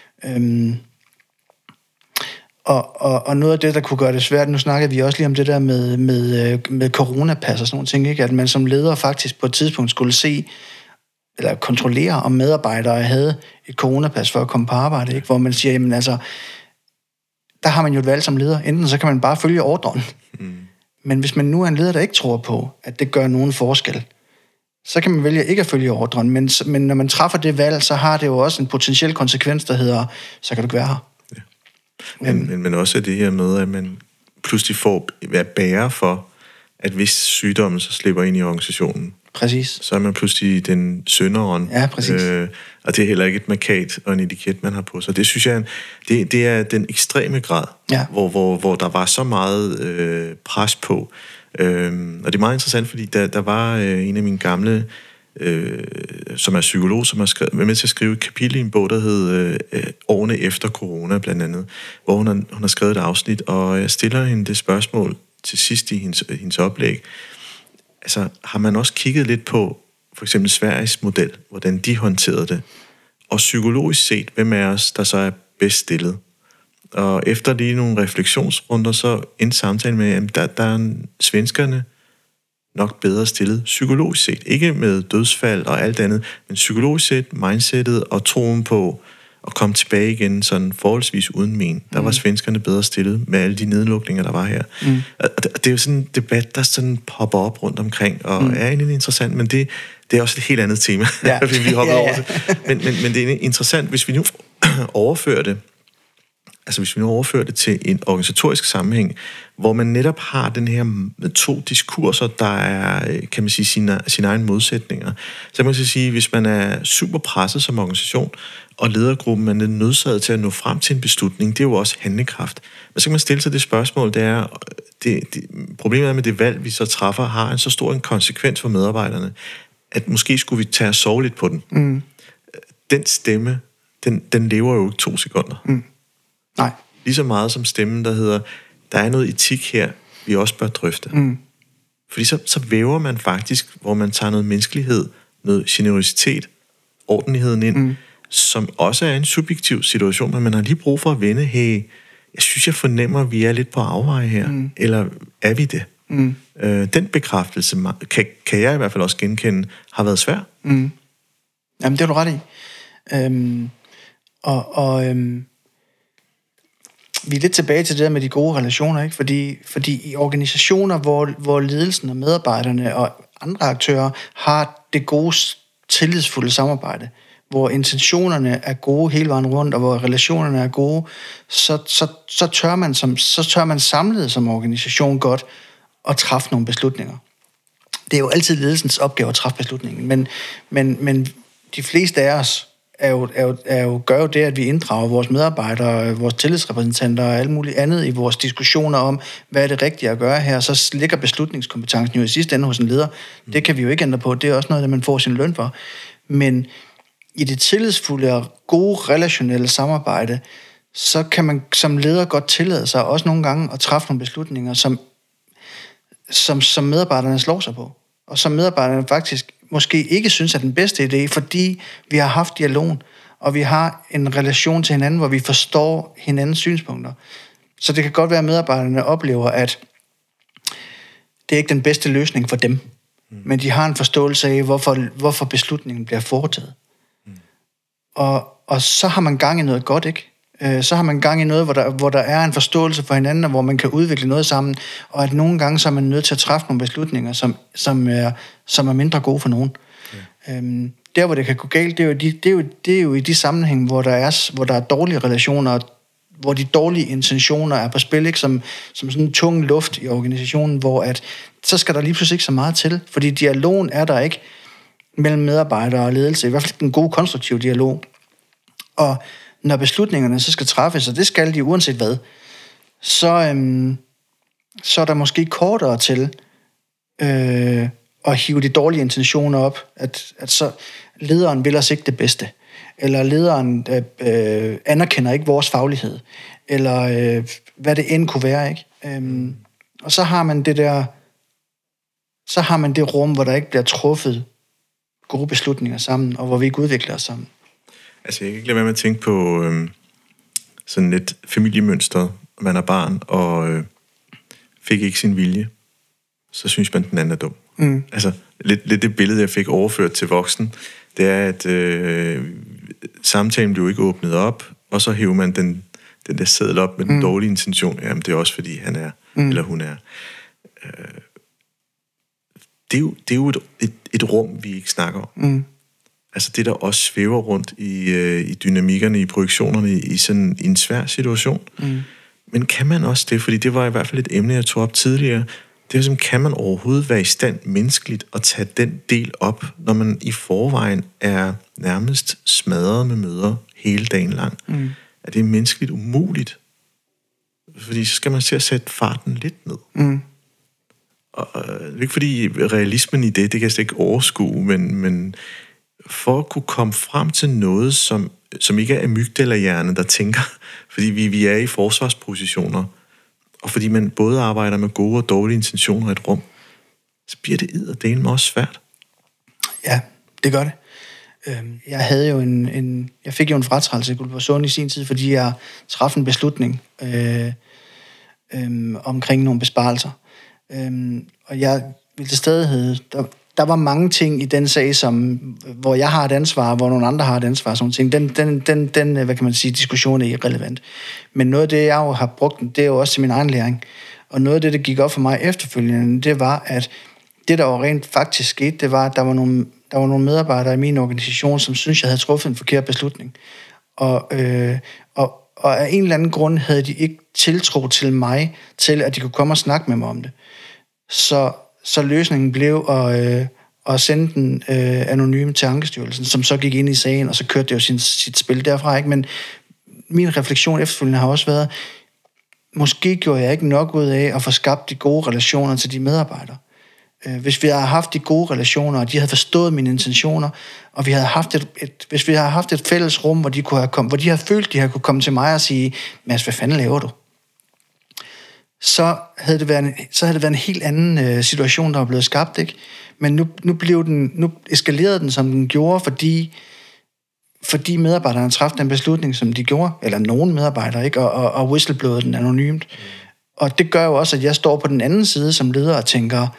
Og noget af det, der kunne gøre det svært, nu snakkede vi også lige om det der med coronapas og sådan nogle ting, ikke? At man som leder faktisk på et tidspunkt skulle se, eller kontrollere, om medarbejdere havde et coronapas for at komme på arbejde, ikke? Hvor man siger, jamen altså, der har man jo et valg som leder. Enten så kan man bare følge ordren. Men hvis man nu er en leder, der ikke tror på, at det gør nogen forskel, så kan man vælge ikke at følge ordren. Men når man træffer det valg, så har det jo også en potentiel konsekvens, der hedder, så kan du ikke være her. Men også det her med, at man pludselig får være bærer for, at hvis sygdommen så slipper ind i organisationen, præcis. Så er man pludselig den synderen. Ja, præcis. Og det er heller ikke et markat og en etiket, man har på sig. Det synes jeg, det er den ekstreme grad, ja. hvor der var så meget pres på. Og det er meget interessant, fordi der var en af mine gamle, som er psykolog, som har været med til at skrive et kapitel i en bog, der hed Årene efter corona, blandt andet, hvor hun har skrevet et afsnit, og jeg stiller hende det spørgsmål til sidst i hendes oplæg. Altså, har man også kigget lidt på for eksempel Sveriges model, hvordan de håndterede det, og psykologisk set, hvem af os, der så er bedst stillet? Og efter lige nogle refleksionsrunder, så endte samtalen med, at der er svenskerne nok bedre stillet psykologisk set. Ikke med dødsfald og alt andet, men psykologisk set, mindsetet og troen på at komme tilbage igen sådan forholdsvis uden men. Der var svenskerne bedre stillet med alle de nedlukninger, der var her. Og det er jo sådan en debat, der sådan popper op rundt omkring, og er egentlig interessant, men det er også et helt andet tema, ja. Vi hopper over til. Men det er interessant, hvis vi nu overfører det. altså hvis vi nu overfører det til en organisatorisk sammenhæng, hvor man netop har den her 2 diskurser, der er, kan man sige, sine egne modsætninger. Så kan man sige, hvis man er super presset som organisation, og ledergruppen man er nødsaget til at nå frem til en beslutning, det er jo også handlekraft. Men så kan man stille sig det spørgsmål, det er, problemet er med det valg, vi så træffer, har en så stor en konsekvens for medarbejderne, at måske skulle vi tage og sove lidt på den. Mm. Den stemme, den lever jo ikke 2 sekunder. Mm. Nej. Lige så meget som stemmen, der hedder, der er noget etik her, vi også bør drøfte. Mm. Fordi så væver man faktisk, hvor man tager noget menneskelighed, noget generøsitet, ordentligheden ind, som også er en subjektiv situation, men man har lige brug for at vende, hey, jeg synes, jeg fornemmer, at vi er lidt på afveje her, eller er vi det? Mm. Den bekræftelse, kan jeg i hvert fald også genkende, har været svær. Mm. Jamen, det er du ret i. Vi er lidt tilbage til det der med de gode relationer, ikke? Fordi i organisationer, hvor ledelsen og medarbejderne og andre aktører har det gode, tillidsfulde samarbejde, hvor intentionerne er gode hele vejen rundt, og hvor relationerne er gode, så tør man samlet som organisation godt at træffe nogle beslutninger. Det er jo altid ledelsens opgave at træffe beslutningen, men de fleste af os gør jo det, at vi inddrager vores medarbejdere, vores tillidsrepræsentanter og alt muligt andet i vores diskussioner om, hvad er det rigtige at gøre her. Så ligger beslutningskompetencen jo i sidste ende hos en leder. Det kan vi jo ikke ændre på. Det er også noget, der man får sin løn for. Men i det tillidsfulde og gode relationelle samarbejde, så kan man som leder godt tillade sig også nogle gange at træffe nogle beslutninger, som medarbejderne slår sig på. Og som medarbejderne faktisk måske ikke synes er den bedste idé, fordi vi har haft dialogen, og vi har en relation til hinanden, hvor vi forstår hinandens synspunkter. Så det kan godt være, at medarbejderne oplever, at det er ikke den bedste løsning for dem, men de har en forståelse af, hvorfor beslutningen bliver foretaget. Og så har man gang i noget godt, ikke? Så har man gang i noget, hvor der er en forståelse for hinanden, og hvor man kan udvikle noget sammen, og at nogle gange så er man nødt til at træffe nogle beslutninger, som er mindre gode for nogen. Ja. Der, hvor det kan gå galt, det er jo i de sammenhæng, hvor der er dårlige relationer, hvor de dårlige intentioner er på spil, ikke? Som sådan en tung luft i organisationen, hvor så skal der lige pludselig ikke så meget til, fordi dialogen er der ikke mellem medarbejdere og ledelse, i hvert fald en god konstruktiv dialog. Og når beslutningerne så skal træffes, og det skal de uanset hvad, så er der måske kortere til at hive de dårlige intentioner op, at så lederen vil os ikke det bedste, eller lederen anerkender ikke vores faglighed, eller hvad det end kunne være, ikke? Og så har man det rum, hvor der ikke bliver truffet gode beslutninger sammen, og hvor vi ikke udvikler os sammen. Altså, jeg kan ikke lade være med at tænke på sådan lidt familiemønster. Man er barn, og fik ikke sin vilje. Så synes man, den anden er dum. Mm. Altså, lidt det billede, jeg fik overført til voksen, det er, at samtalen blev ikke åbnet op, og så hæver man den der seddel op med den dårlige intention. Jamen, det er også, fordi han er, eller hun er. Det er jo et rum, vi ikke snakker om. Mm. Altså det, der også svæver rundt i dynamikkerne, i projektionerne, i en svær situation. Mm. Men kan man også det? Fordi det var i hvert fald et emne, jeg tog op tidligere. Det er som, kan man overhovedet være i stand menneskeligt at tage den del op, når man i forvejen er nærmest smadret med møder hele dagen lang? Mm. Er det menneskeligt umuligt? Fordi så skal man se at sætte farten lidt ned. Mm. Og det er ikke fordi realismen i det kan jeg slet ikke overskue, men for at kunne komme frem til noget, som ikke er amygdala-hjernen, der tænker, fordi vi er i forsvarspositioner, og fordi man både arbejder med gode og dårlige intentioner i et rum, så bliver det edderdeleme også svært. Ja, det gør det. Jeg fik jo en fratrædelse i Guldborgsund i sin tid, fordi jeg træffede en beslutning omkring nogle besparelser. Og jeg vil til stadighed, der var mange ting i den sag, hvor jeg har et ansvar, hvor nogle andre har et ansvar, sådan ting. Den hvad kan man sige, diskussion er irrelevant. Men noget af det, jeg jo har brugt, det er jo også til min egen læring. Og noget af det, der gik op for mig efterfølgende, det var, at det, der jo rent faktisk skete, det var, at der var nogle medarbejdere i min organisation, som synes jeg havde truffet en forkert beslutning. og af en eller anden grund havde de ikke tiltro til mig, til at de kunne komme og snakke med mig om det. Så løsningen blev at sende den anonym til Ankestyrelsen, som så gik ind i sagen, og så kørte det jo sit spil derfra, ikke? Men min refleksion efterfølgende har også været, måske gjorde jeg ikke nok ud af at få skabt de gode relationer til de medarbejdere. Hvis vi havde haft de gode relationer, og de havde forstået mine intentioner, og vi havde haft hvis vi havde haft et fælles rum, hvor de havde følt, de havde kunne komme til mig og sige, Mads, hvad fanden laver du? Så havde det været en helt anden situation, der var blevet skabt, ikke? Men nu eskalerede den, som den gjorde, fordi medarbejderne træffede den beslutning, som de gjorde, eller nogen medarbejdere, ikke? Og whistleblowede den anonymt. Og det gør jo også, at jeg står på den anden side som leder og tænker,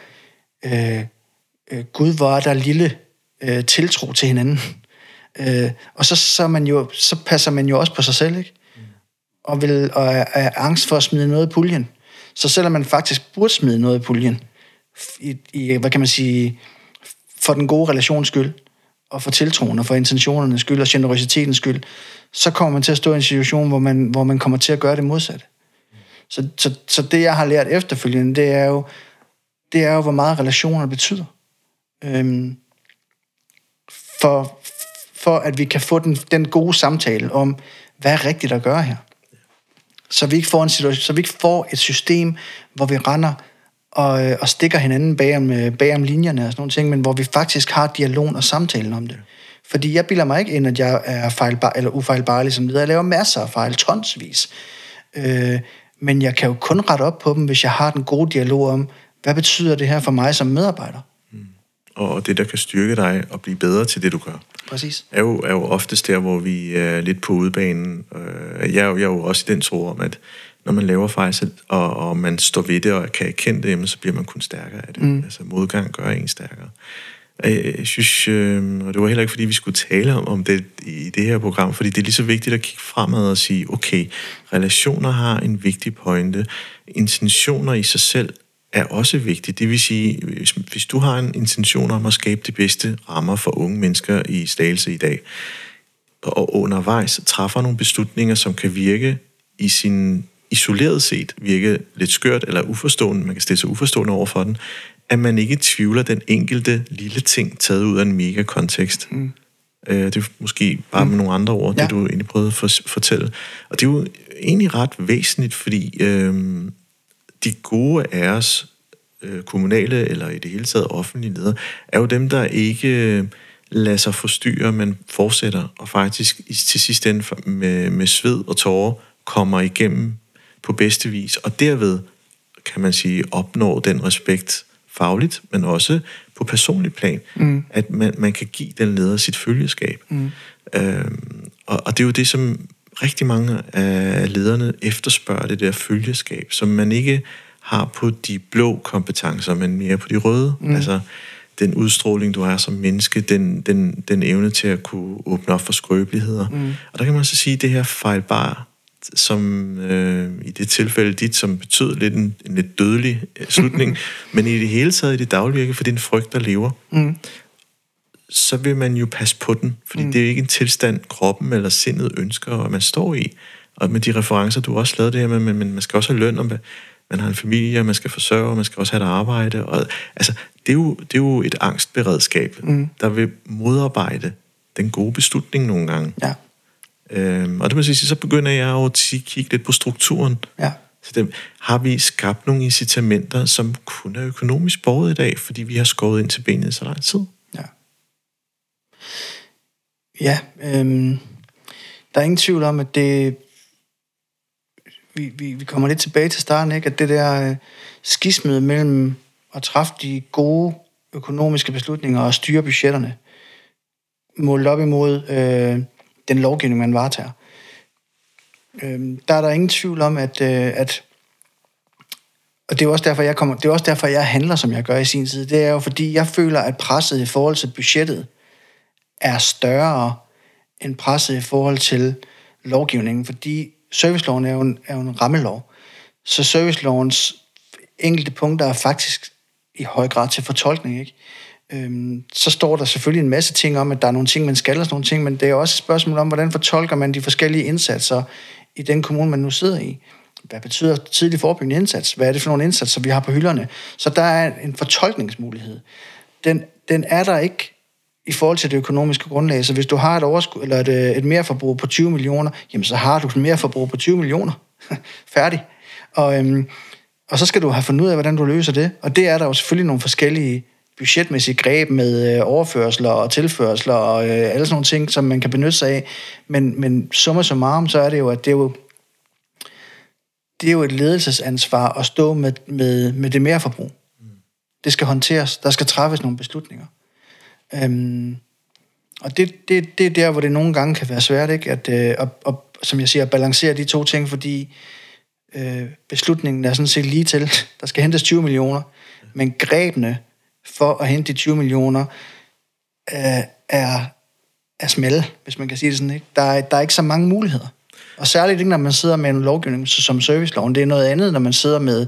Gud, hvor er der lille tiltro til hinanden. Og så passer man jo også på sig selv, ikke? Og er angst for at smide noget i puljen. Så selvom man faktisk burde smide noget i puljen, i hvad kan man sige, for den gode relations skyld, og for tiltroen, og for intentionernes skyld, og generøsitetens skyld, så kommer man til at stå i en situation, hvor man kommer til at gøre det modsatte. Så det, jeg har lært efterfølgende, det er jo, hvor meget relationer betyder. For at vi kan få den gode samtale om, hvad er rigtigt at gøre her. Så vi ikke får et system, hvor vi render og stikker hinanden bag om linjerne og sådan nogle ting, men hvor vi faktisk har dialogen og samtalen om det. Fordi jeg bilder mig ikke ind, at jeg er ufejlbarlig som leder. Jeg laver masser af fejl, tonsvis. Men jeg kan jo kun rette op på dem, hvis jeg har den gode dialog om, hvad betyder det her for mig som medarbejder? Og det, der kan styrke dig og blive bedre til det, du gør. Præcis. Er jo oftest der, hvor vi er lidt på udebanen. Jeg er jo også i den tro om, at når man laver fejl, og man står ved det og kan erkende det, så bliver man kun stærkere af det. Altså modgang gør en stærkere. Jeg synes, og det var heller ikke, fordi vi skulle tale om det i det her program, fordi det er lige så vigtigt at kigge fremad og sige, okay, relationer har en vigtig pointe. Intentioner i sig selv er også vigtigt. Det vil sige, hvis du har en intention om at skabe de bedste rammer for unge mennesker i Slagelse i dag, og undervejs træffer nogle beslutninger, som kan virke i sin isoleret set, virke lidt skørt eller uforstående, man kan stille sig uforstående over for den, at man ikke tvivler den enkelte lille ting taget ud af en mega kontekst. Det er måske bare med nogle andre ord, det du egentlig prøvede at fortælle. Og det er jo egentlig ret væsentligt, fordi de gode af os, kommunale eller i det hele taget offentlige ledere, er jo dem, der ikke lader sig forstyrre, men fortsætter, og faktisk til sidst ende med sved og tårer kommer igennem på bedste vis, og derved, kan man sige, opnår den respekt fagligt, men også på personlig plan, at man kan give den leder sit følgeskab. Og det er jo det, som rigtig mange af lederne efterspørger, det der følgeskab, som man ikke har på de blå kompetencer, men mere på de røde. Altså den udstråling, du har som menneske, den evne til at kunne åbne op for skrøbeligheder. Og der kan man så sige, at det her fejlbare, som i det tilfælde dit, som betød lidt en lidt dødelig slutning, men i det hele taget i det dagligvirke, for det er en frygt, der lever, så vil man jo passe på den, fordi det er jo ikke en tilstand, kroppen eller sindet ønsker, at man står i. Og med de referencer, du også lavede det her med, men man skal også have løn, om man har en familie, man skal forsørge, man skal også have et arbejde. Og, altså, det er jo et angstberedskab, der vil modarbejde den gode beslutning nogle gange. Ja. Og det må sige, så begynder jeg jo at kigge lidt på strukturen. Ja. Så har vi skabt nogle incitamenter, som kun er økonomisk båret i dag, fordi vi har skåret ind til benet så lang tid? Ja, der er ingen tvivl om, at det... Vi kommer lidt tilbage til starten, ikke? At det der skismede mellem at træffe de gode økonomiske beslutninger og styre budgetterne, målt op imod den lovgivning, man varetager. Der er der ingen tvivl om, at og det er også derfor, jeg handler, som jeg gør i sin tid. Det er jo, fordi jeg føler, at presset i forhold til budgettet er større end presset i forhold til lovgivningen, fordi serviceloven er jo en rammelov. Så servicelovens enkelte punkter er faktisk i høj grad til fortolkning, ikke? Så står der selvfølgelig en masse ting om, at der er nogle ting, man skal, og sådan nogle ting, men det er også et spørgsmål om, hvordan fortolker man de forskellige indsatser i den kommune, man nu sidder i. Hvad betyder tidlig forebyggende indsats? Hvad er det for nogle indsatser, vi har på hylderne? Så der er en fortolkningsmulighed. Den er der ikke i forhold til det økonomiske grundlag. Så hvis du har et overskud eller et merforbrug på 20 millioner, jamen så har du et merforbrug på 20 millioner. Færdig. Og så skal du have fundet ud af, hvordan du løser det. Og det er der jo selvfølgelig nogle forskellige budgetmæssige greb med overførsler og tilførsler og alle sådan nogle ting, som man kan benytte sig af. Men summa summarum, så er det jo, at det er jo et ledelsesansvar at stå med det merforbrug. Det skal håndteres. Der skal træffes nogle beslutninger. Og det er der, hvor det nogle gange kan være svært, ikke? At som jeg siger, at balancere de to ting, fordi beslutningen er sådan set lige til. Der skal hentes 20 millioner, men grebene for at hente de 20 millioner er smalle, hvis man kan sige det sådan, ikke? Der er ikke så mange muligheder. Og særligt ikke, når man sidder med en lovgivning som serviceloven. Det er noget andet, når man sidder med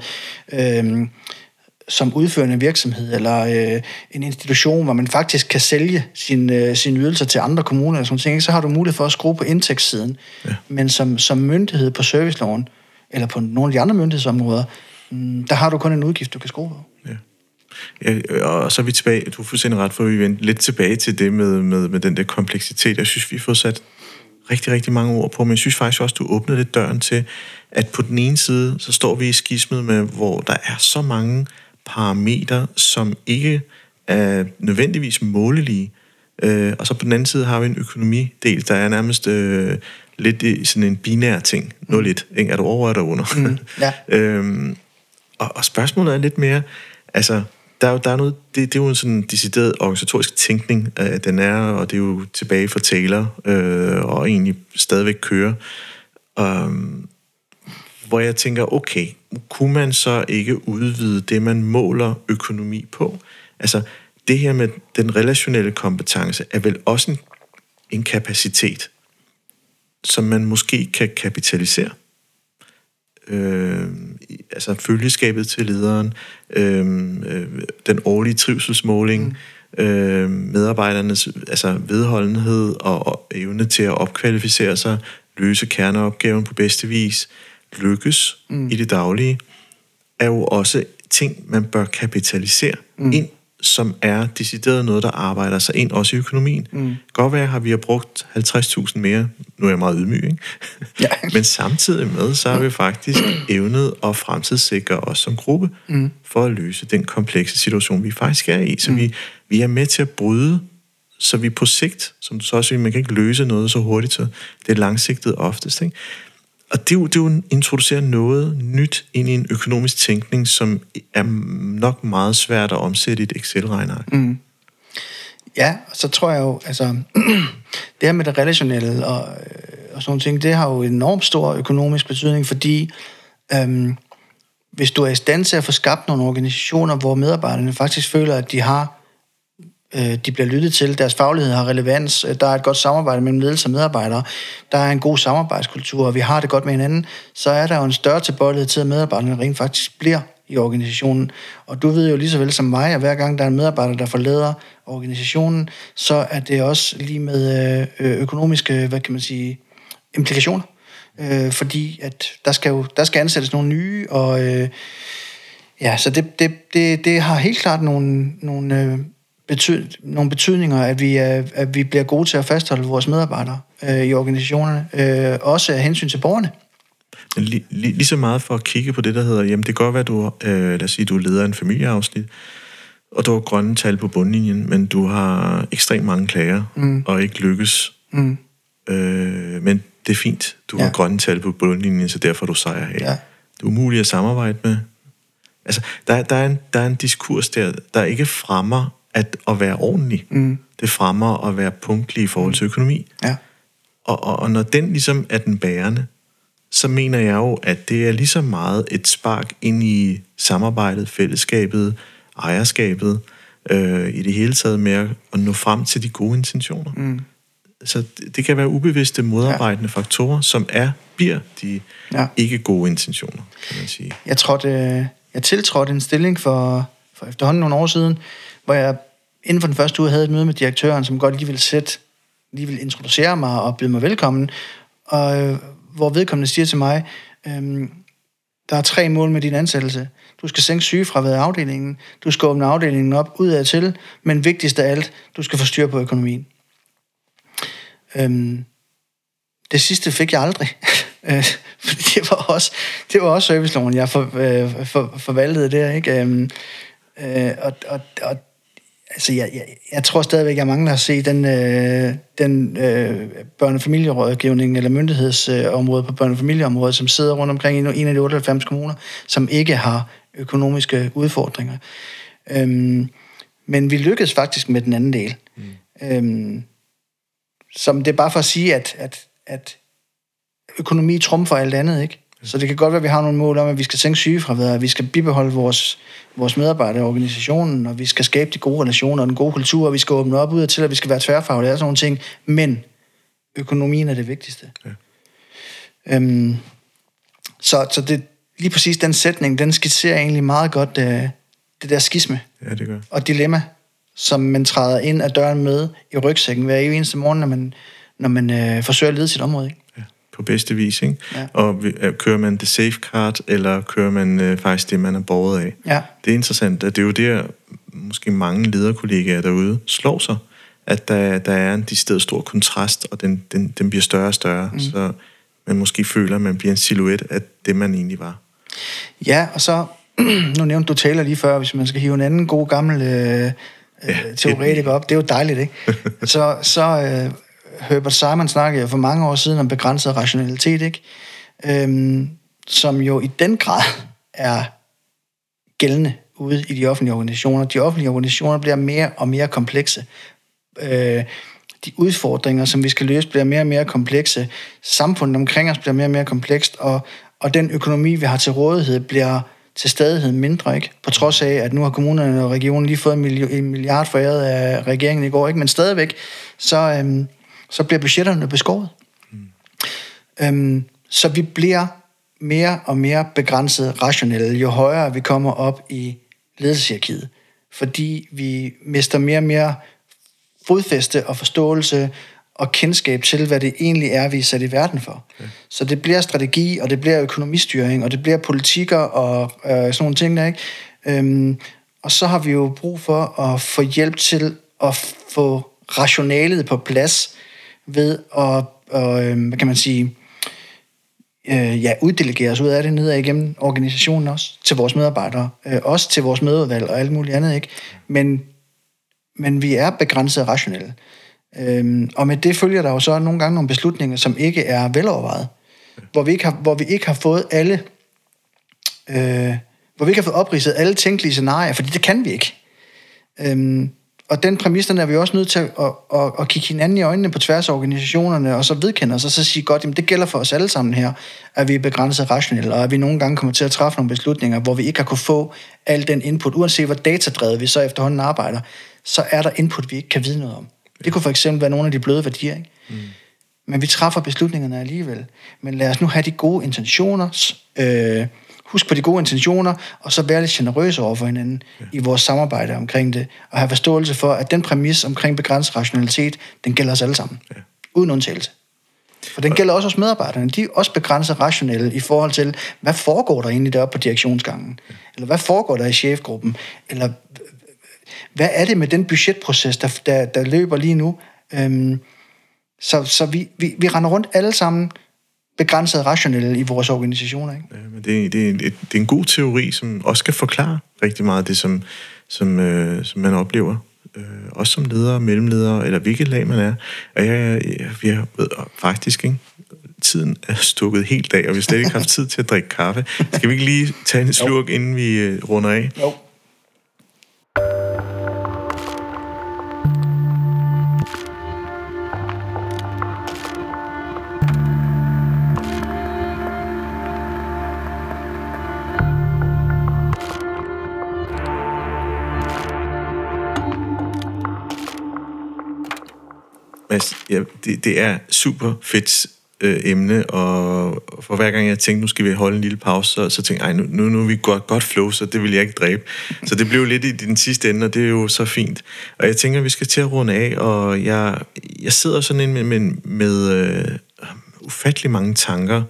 som udførende virksomhed, eller en institution, hvor man faktisk kan sælge sine ydelser til andre kommuner, eller sådan ting, så har du mulighed for at skrue på indtægtssiden. Ja. Men som myndighed på serviceloven, eller på nogle af de andre myndighedsområder, der har du kun en udgift, du kan skrue på. Ja, og så er vi tilbage, du er fuldstændig ret, for vi vender lidt tilbage til det med den der kompleksitet. Jeg synes, vi har fået sat rigtig, rigtig mange ord på, men jeg synes faktisk også, du åbnede lidt døren til, at på den ene side, så står vi i skismet med, hvor der er så mange parametre, som ikke er nødvendigvis målelige. Og så på den anden side har vi en økonomidel, der er nærmest lidt sådan en binær ting. 0-1. Er du over, eller under? Ja. Og spørgsmålet er lidt mere, altså, der er noget, det er jo en sådan decideret organisatorisk tænkning, den er, og det er jo tilbage fra Taylor, og egentlig stadigvæk kører. Hvor jeg tænker, okay, kunne man så ikke udvide det, man måler økonomi på? Altså, det her med den relationelle kompetence er vel også en kapacitet, som man måske kan kapitalisere. Altså følgeskabet til lederen, den årlige trivselsmåling, medarbejdernes vedholdenhed og evne til at opkvalificere sig, løse kerneopgaven på bedste vis, lykkes i det daglige, er jo også ting, man bør kapitalisere ind, som er decideret noget, der arbejder sig ind også i økonomien. Godt være, har vi brugt 50.000 mere, nu er jeg meget ydmyg, ikke? Ja. Men samtidig med, så har vi faktisk evnet at fremtidssikre os som gruppe, for at løse den komplekse situation, vi faktisk er i. Så vi er med til at bryde, så vi på sigt, som du så også siger, man kan ikke løse noget så hurtigt, så det er langsigtet oftest, ikke? Og det er jo introducere noget nyt ind i en økonomisk tænkning, som er nok meget svært at omsætte i et Excel-regneark. Ja, og så tror jeg jo, altså, det her med det relationelle og sådan nogle ting, det har jo enormt stor økonomisk betydning, fordi hvis du er i stand til at få skabt nogle organisationer, hvor medarbejderne faktisk føler, at de bliver lyttet til, deres faglighed har relevans, der er et godt samarbejde mellem ledelse og medarbejdere, der er en god samarbejdskultur, og vi har det godt med hinanden, så er der jo en større tilbøjelighed til, at medarbejderne rent faktisk bliver i organisationen. Og du ved jo lige så vel som mig, at hver gang der er en medarbejder, der forlader organisationen, så er det også lige med økonomiske, hvad kan man sige, implikationer. Fordi at der skal ansættes nogle nye, og så det har helt klart nogle betydninger, at vi bliver gode til at fastholde vores medarbejdere i organisationerne, også af hensyn til borgerne. Lige så meget for at kigge på det, der hedder, jamen det kan godt være, du lad os sige, du leder en familieafsnit, og du har grønne tal på bundlinjen, men du har ekstremt mange klager, og ikke lykkes. Men det er fint, du har grønne tal på bundlinjen, så derfor er du sejr af. Ja. Det er umuligt at samarbejde med. Altså, der er en diskurs der ikke fremmer at være ordentlig. Det fremmer at være punktlig i forhold til økonomi. Ja. Og når den ligesom er den bærende, så mener jeg jo, at det er lige så meget et spark ind i samarbejdet, fællesskabet, ejerskabet, i det hele taget med at nå frem til de gode intentioner. Så det kan være ubevidste modarbejdende faktorer, som bliver de ikke gode intentioner, kan man sige. Jeg tiltrådte en stilling for efterhånden nogle år siden, hvor jeg inden for den første uge havde et møde med direktøren, som godt lige ville introducere mig og byde mig velkommen, og hvor vedkommende siger til mig, der er 3 mål med din ansættelse. Du skal sænke sygefraværet i afdelingen, du skal åbne afdelingen op udad til, men vigtigst af alt, du skal få styr på økonomien. Det sidste fik jeg aldrig. Fordi det var også serviceloven, jeg forvaltede der, ikke? Altså, jeg tror stadigvæk, jeg mangler at se den børne- og familierådgivning eller myndighedsområde på børne- og familieområdet, som sidder rundt omkring i en af de 98 kommuner, som ikke har økonomiske udfordringer. Men vi lykkedes faktisk med den anden del. Som det er bare for at sige, at økonomi trumfer alt andet, ikke? Så det kan godt være, at vi har nogle mål om, at vi skal sænke sygefraværet, at vi skal bibeholde vores medarbejdere i organisationen, og vi skal skabe de gode relationer og den gode kultur, og vi skal åbne op ud til, at vi skal være tværfaglige og sådan nogle ting. Men økonomien er det vigtigste. Ja. Så det, lige præcis den sætning, den skitserer egentlig meget godt det der skisme og dilemma, som man træder ind ad døren med i rygsækken hver eneste morgen, når man forsøger at lede sit område, ikke? På bedste vis, ikke? Ja. Og kører man det safe card, eller kører man faktisk det, man er båret af? Ja. Det er interessant, at det er jo der, måske mange lederkollegaer derude slår sig, at der er en decideret stor kontrast, og den bliver større og større, så man måske føler, at man bliver en silhuet af det, man egentlig var. Ja, og så, nu nævnte du Taylor lige før, hvis man skal hive en anden god gammel teoretiker op, det er jo dejligt, ikke? Så Herbert Simon snakkede for mange år siden om begrænset rationalitet, ikke? Som jo i den grad er gældende ude i de offentlige organisationer. De offentlige organisationer bliver mere og mere komplekse. De udfordringer, som vi skal løse, bliver mere og mere komplekse. Samfundet omkring os bliver mere og mere komplekst, og den økonomi, vi har til rådighed, bliver til stadighed mindre, ikke? På trods af, at nu har kommunerne og regionen lige fået en milliard foræret af regeringen i går, ikke? Men stadigvæk, så bliver budgetterne beskåret. Så vi bliver mere og mere begrænset rationelle, jo højere vi kommer op i ledelseshierarkiet. Fordi vi mister mere og mere fodfæste og forståelse og kendskab til, hvad det egentlig er, vi er sat i verden for. Okay. Så det bliver strategi, og det bliver økonomistyring, og det bliver politikker og sådan nogle ting der, ikke? Og så har vi jo brug for at få hjælp til at få rationalet på plads ved at hvad kan man sige, uddelegere os ud af det nedad igennem organisationen også, til vores medarbejdere, også til vores mødeudvalg og alt muligt andet, ikke? Men vi er begrænset rationelle. Og med det følger der jo så nogle gange nogle beslutninger, som ikke er velovervejet, hvor vi ikke har fået alle, hvor vi ikke har fået opridset alle tænkelige scenarier, fordi det kan vi ikke. Og den præmis, er vi også nødt til at kigge hinanden i øjnene på tværs af organisationerne, og så vedkende os, og så sige godt, jamen det gælder for os alle sammen her, at vi er begrænset rationelle, og at vi nogle gange kommer til at træffe nogle beslutninger, hvor vi ikke har kunne få al den input, uanset hvor datadrevet vi så efterhånden arbejder, så er der input, vi ikke kan vide noget om. Det kunne for eksempel være nogle af de bløde værdier, ikke? Men vi træffer beslutningerne alligevel. Men lad os nu have de gode intentioner, husk på de gode intentioner, og så være lidt generøse over for hinanden i vores samarbejde omkring det, og have forståelse for, at den præmis omkring begrænset rationalitet, den gælder os alle sammen. Uden undtagelse. For den gælder også hos medarbejderne. De er også begrænset rationelle i forhold til, hvad foregår der egentlig deroppe på direktionsgangen? Eller hvad foregår der i chefgruppen? Eller hvad er det med den budgetproces, der løber lige nu? Så vi render rundt alle sammen begrænset rationelle i vores organisationer, ikke? Ja, men det er en god teori, som også kan forklare rigtig meget af det, som man oplever. Også som leder, mellemleder, eller hvilket lag man er. Og vi har faktisk, ikke? Tiden er stukket helt af, og vi har slet ikke haft tid til at drikke kaffe. Skal vi ikke lige tage en slurk, inden vi runder af? Jo. Det er super fedt emne, og for hver gang jeg tænkte, nu skal vi holde en lille pause, så tænkte jeg, nu er vi godt flow, så det vil jeg ikke dræbe. Så det blev lidt i den sidste ende, og det er jo så fint. Og jeg tænker, vi skal til at runde af, og jeg sidder sådan med ufattelig mange tanker,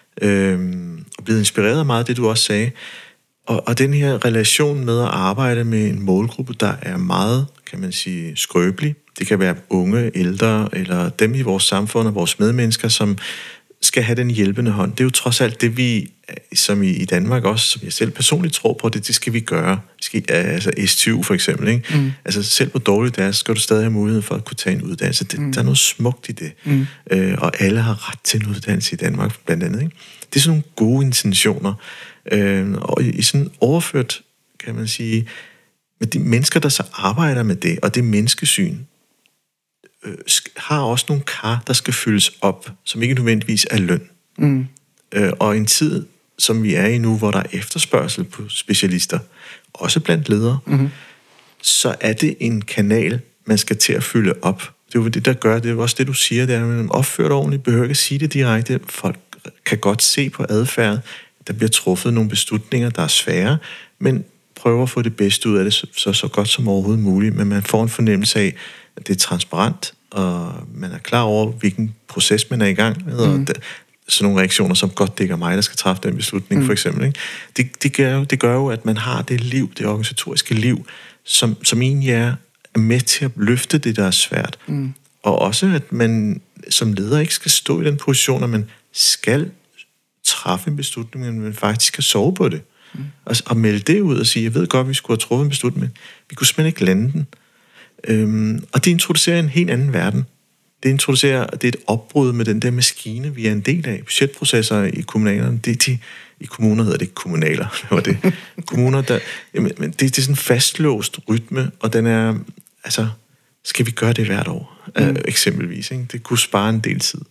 og blevet inspireret af meget af det, du også sagde. Og den her relation med at arbejde med en målgruppe, der er meget, kan man sige, skrøbelig. Det kan være unge, ældre, eller dem i vores samfund og vores medmennesker, som skal have den hjælpende hånd. Det er jo trods alt det, vi, som i Danmark også, som jeg selv personligt tror på, det skal vi gøre. Altså STU for eksempel, ikke? Altså selv hvor dårligt det er, så skal du stadig have mulighed for at kunne tage en uddannelse. Der er noget smukt i det. Og alle har ret til en uddannelse i Danmark, blandt andet, ikke? Det er sådan nogle gode intentioner. Og i sådan overført, kan man sige, med de mennesker, der så arbejder med det, og det menneskesyn, har også nogle kar, der skal fyldes op, som ikke nødvendigvis er løn. Og en tid, som vi er i nu, hvor der er efterspørgsel på specialister, også blandt ledere, så er det en kanal, man skal til at fylde op. Det er jo det, der gør, det er også det, du siger, det er, at man opfører det ordentligt, behøver ikke at sige det direkte. Folk kan godt se på adfærd, der bliver truffet nogle beslutninger, der er svære, men prøver at få det bedste ud af det så godt som overhovedet muligt, men man får en fornemmelse af, at det er transparent, og man er klar over, hvilken proces man er i gang med, og sådan nogle reaktioner, som godt dækker mig, der skal træffe den beslutning, for eksempel. Ikke? Det gør jo, at man har det liv, det organisatoriske liv, som egentlig er med til at løfte det, der er svært. Og også, at man som leder ikke skal stå i den position, at man skal træffe en beslutning, men man faktisk skal sove på det. Og melde det ud og sige, jeg ved godt, vi skulle have truffet en beslutning, men vi kunne simpelthen ikke lande den. Og det introducerer en helt anden verden. Det er et opbrud med den der maskine, vi er en del af. Budgetprocesser i kommunalerne, i kommuner hedder det ikke kommunaler, det var det. Kommuner, det er sådan en fastlåst rytme, og den er, altså, skal vi gøre det hvert år, eksempelvis, ikke? Det kunne spare en del tid.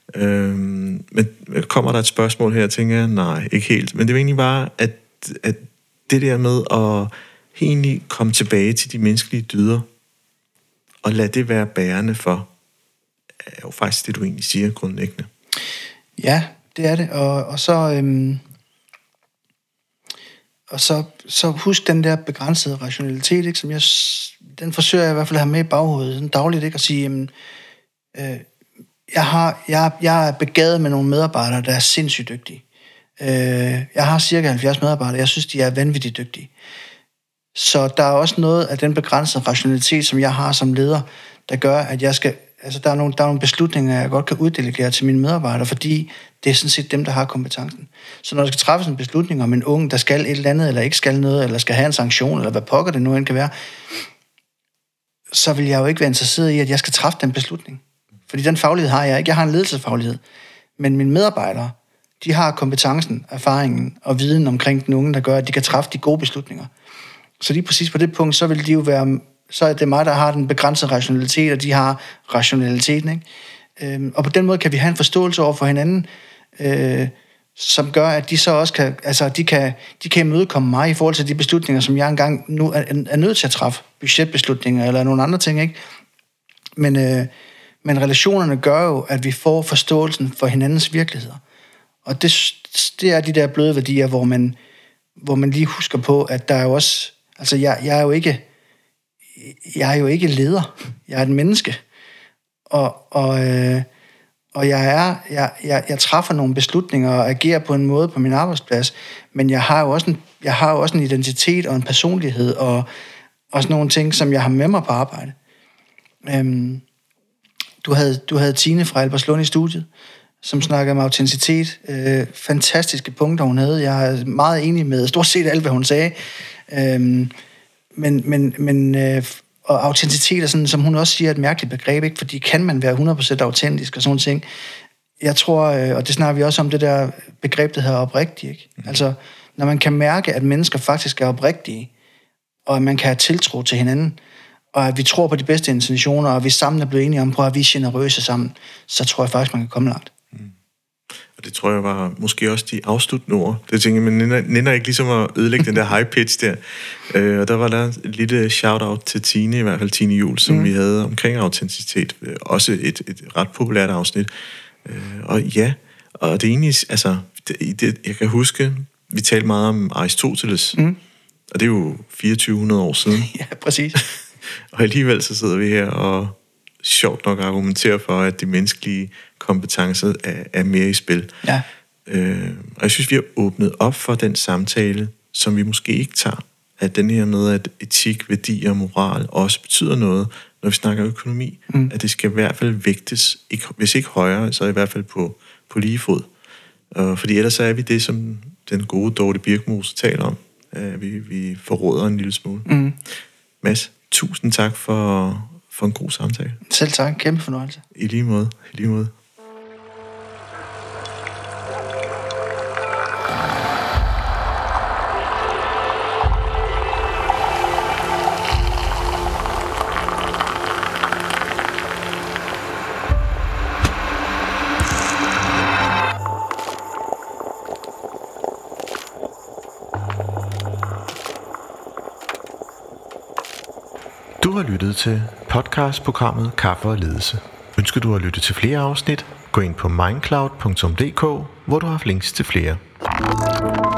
Men kommer der et spørgsmål her, tænker jeg, nej, ikke helt. Men det er egentlig bare, at det der med at egentlig komme tilbage til de menneskelige dyder, og lade det være bærende for, er jo faktisk det, du egentlig siger grundlæggende. Ja, det er det. Og så husk den der begrænsede rationalitet, ikke, som den forsøger jeg i hvert fald at have med i baghovedet, sådan dagligt, ikke, at sige, jamen, jeg er begavet med nogle medarbejdere, der er sindssygt dygtige. Jeg har cirka 70 medarbejdere, jeg synes, de er vanvittigt dygtige. Så der er også noget af den begrænsede rationalitet, som jeg har som leder, der gør, at jeg skal, altså der er nogle beslutninger, jeg godt kan uddelegere til mine medarbejdere, fordi det er sådan set dem, der har kompetencen. Så når der skal træffes en beslutning om en unge, der skal et eller andet, eller ikke skal noget, eller skal have en sanktion, eller hvad pokker det nu end kan være, så vil jeg jo ikke være interesseret i, at jeg skal træffe den beslutning. Fordi den faglighed har jeg ikke. Jeg har en ledelsesfaglighed. Men mine medarbejdere, de har kompetencen, erfaringen og viden omkring den unge, der gør, at de kan træffe de gode beslutninger. Så lige præcis på det punkt, så vil de jo være, så er det mig, der har den begrænsede rationalitet, og de har rationaliteten, ikke? Og på den måde kan vi have en forståelse over for hinanden, som gør, at de så også kan, altså de kan imødekomme mig i forhold til de beslutninger, som jeg engang nu er nødt til at træffe, budgetbeslutninger eller nogle andre ting, ikke? Men relationerne gør jo, at vi får forståelsen for hinandens virkeligheder. Og det er de der bløde værdier, hvor man lige husker på, at der er jo også, altså jeg er jo ikke leder. Jeg er et menneske. Og jeg træffer nogle beslutninger og agerer på en måde på min arbejdsplads, men jeg har jo også en identitet og en personlighed og også nogle ting, som jeg har med mig på arbejde. Du havde Tine fra Albertslund i studiet, som snakker om autenticitet. Fantastiske punkter, hun havde. Jeg er meget enig med stort set alt, hvad hun sagde. Og autenticitet er sådan, som hun også siger, et mærkeligt begreb, ikke? Fordi kan man være 100% autentisk og sådan ting? Jeg tror, og det snakker vi også om, det der begreb, der hedder oprigtig, ikke? Altså, når man kan mærke, at mennesker faktisk er oprigtige, og at man kan have tiltro til hinanden, og at vi tror på de bedste intentioner, og at vi sammen er blevet enige om, at vi er generøse sammen, så tror jeg faktisk, man kan komme langt. Og det tror jeg var måske også de afsluttende ord. Det tænker jeg, men nænder ikke ligesom at ødelægge den der high pitch der. Og der var der et lille shout-out til Tine, i hvert fald Tine Juhl, som vi havde omkring autenticitet. Også et ret populært afsnit. Og ja, og det egentlig, altså, jeg kan huske, vi talte meget om Aristoteles, og det er jo 2400 år siden. Ja, præcis. Og alligevel så sidder vi her og sjovt nok argumentere for, at de menneskelige kompetencer er mere i spil. Ja. Og jeg synes, vi har åbnet op for den samtale, som vi måske ikke tager. At den her med, at etik, værdi og moral også betyder noget, når vi snakker økonomi. At det skal i hvert fald vægtes, hvis ikke højere, så i hvert fald på lige fod. Fordi ellers så er vi det, som den gode Dorte Birkmose taler om. Vi forråder en lille smule. Mads, tusind tak for en god samtale. Selv tak. Kæmpe fornøjelse. I lige måde. Du har lyttet til podcastprogrammet Kaffe og Ledelse. Ønsker du at lytte til flere afsnit? Gå ind på mindcloud.dk, hvor du har links til flere.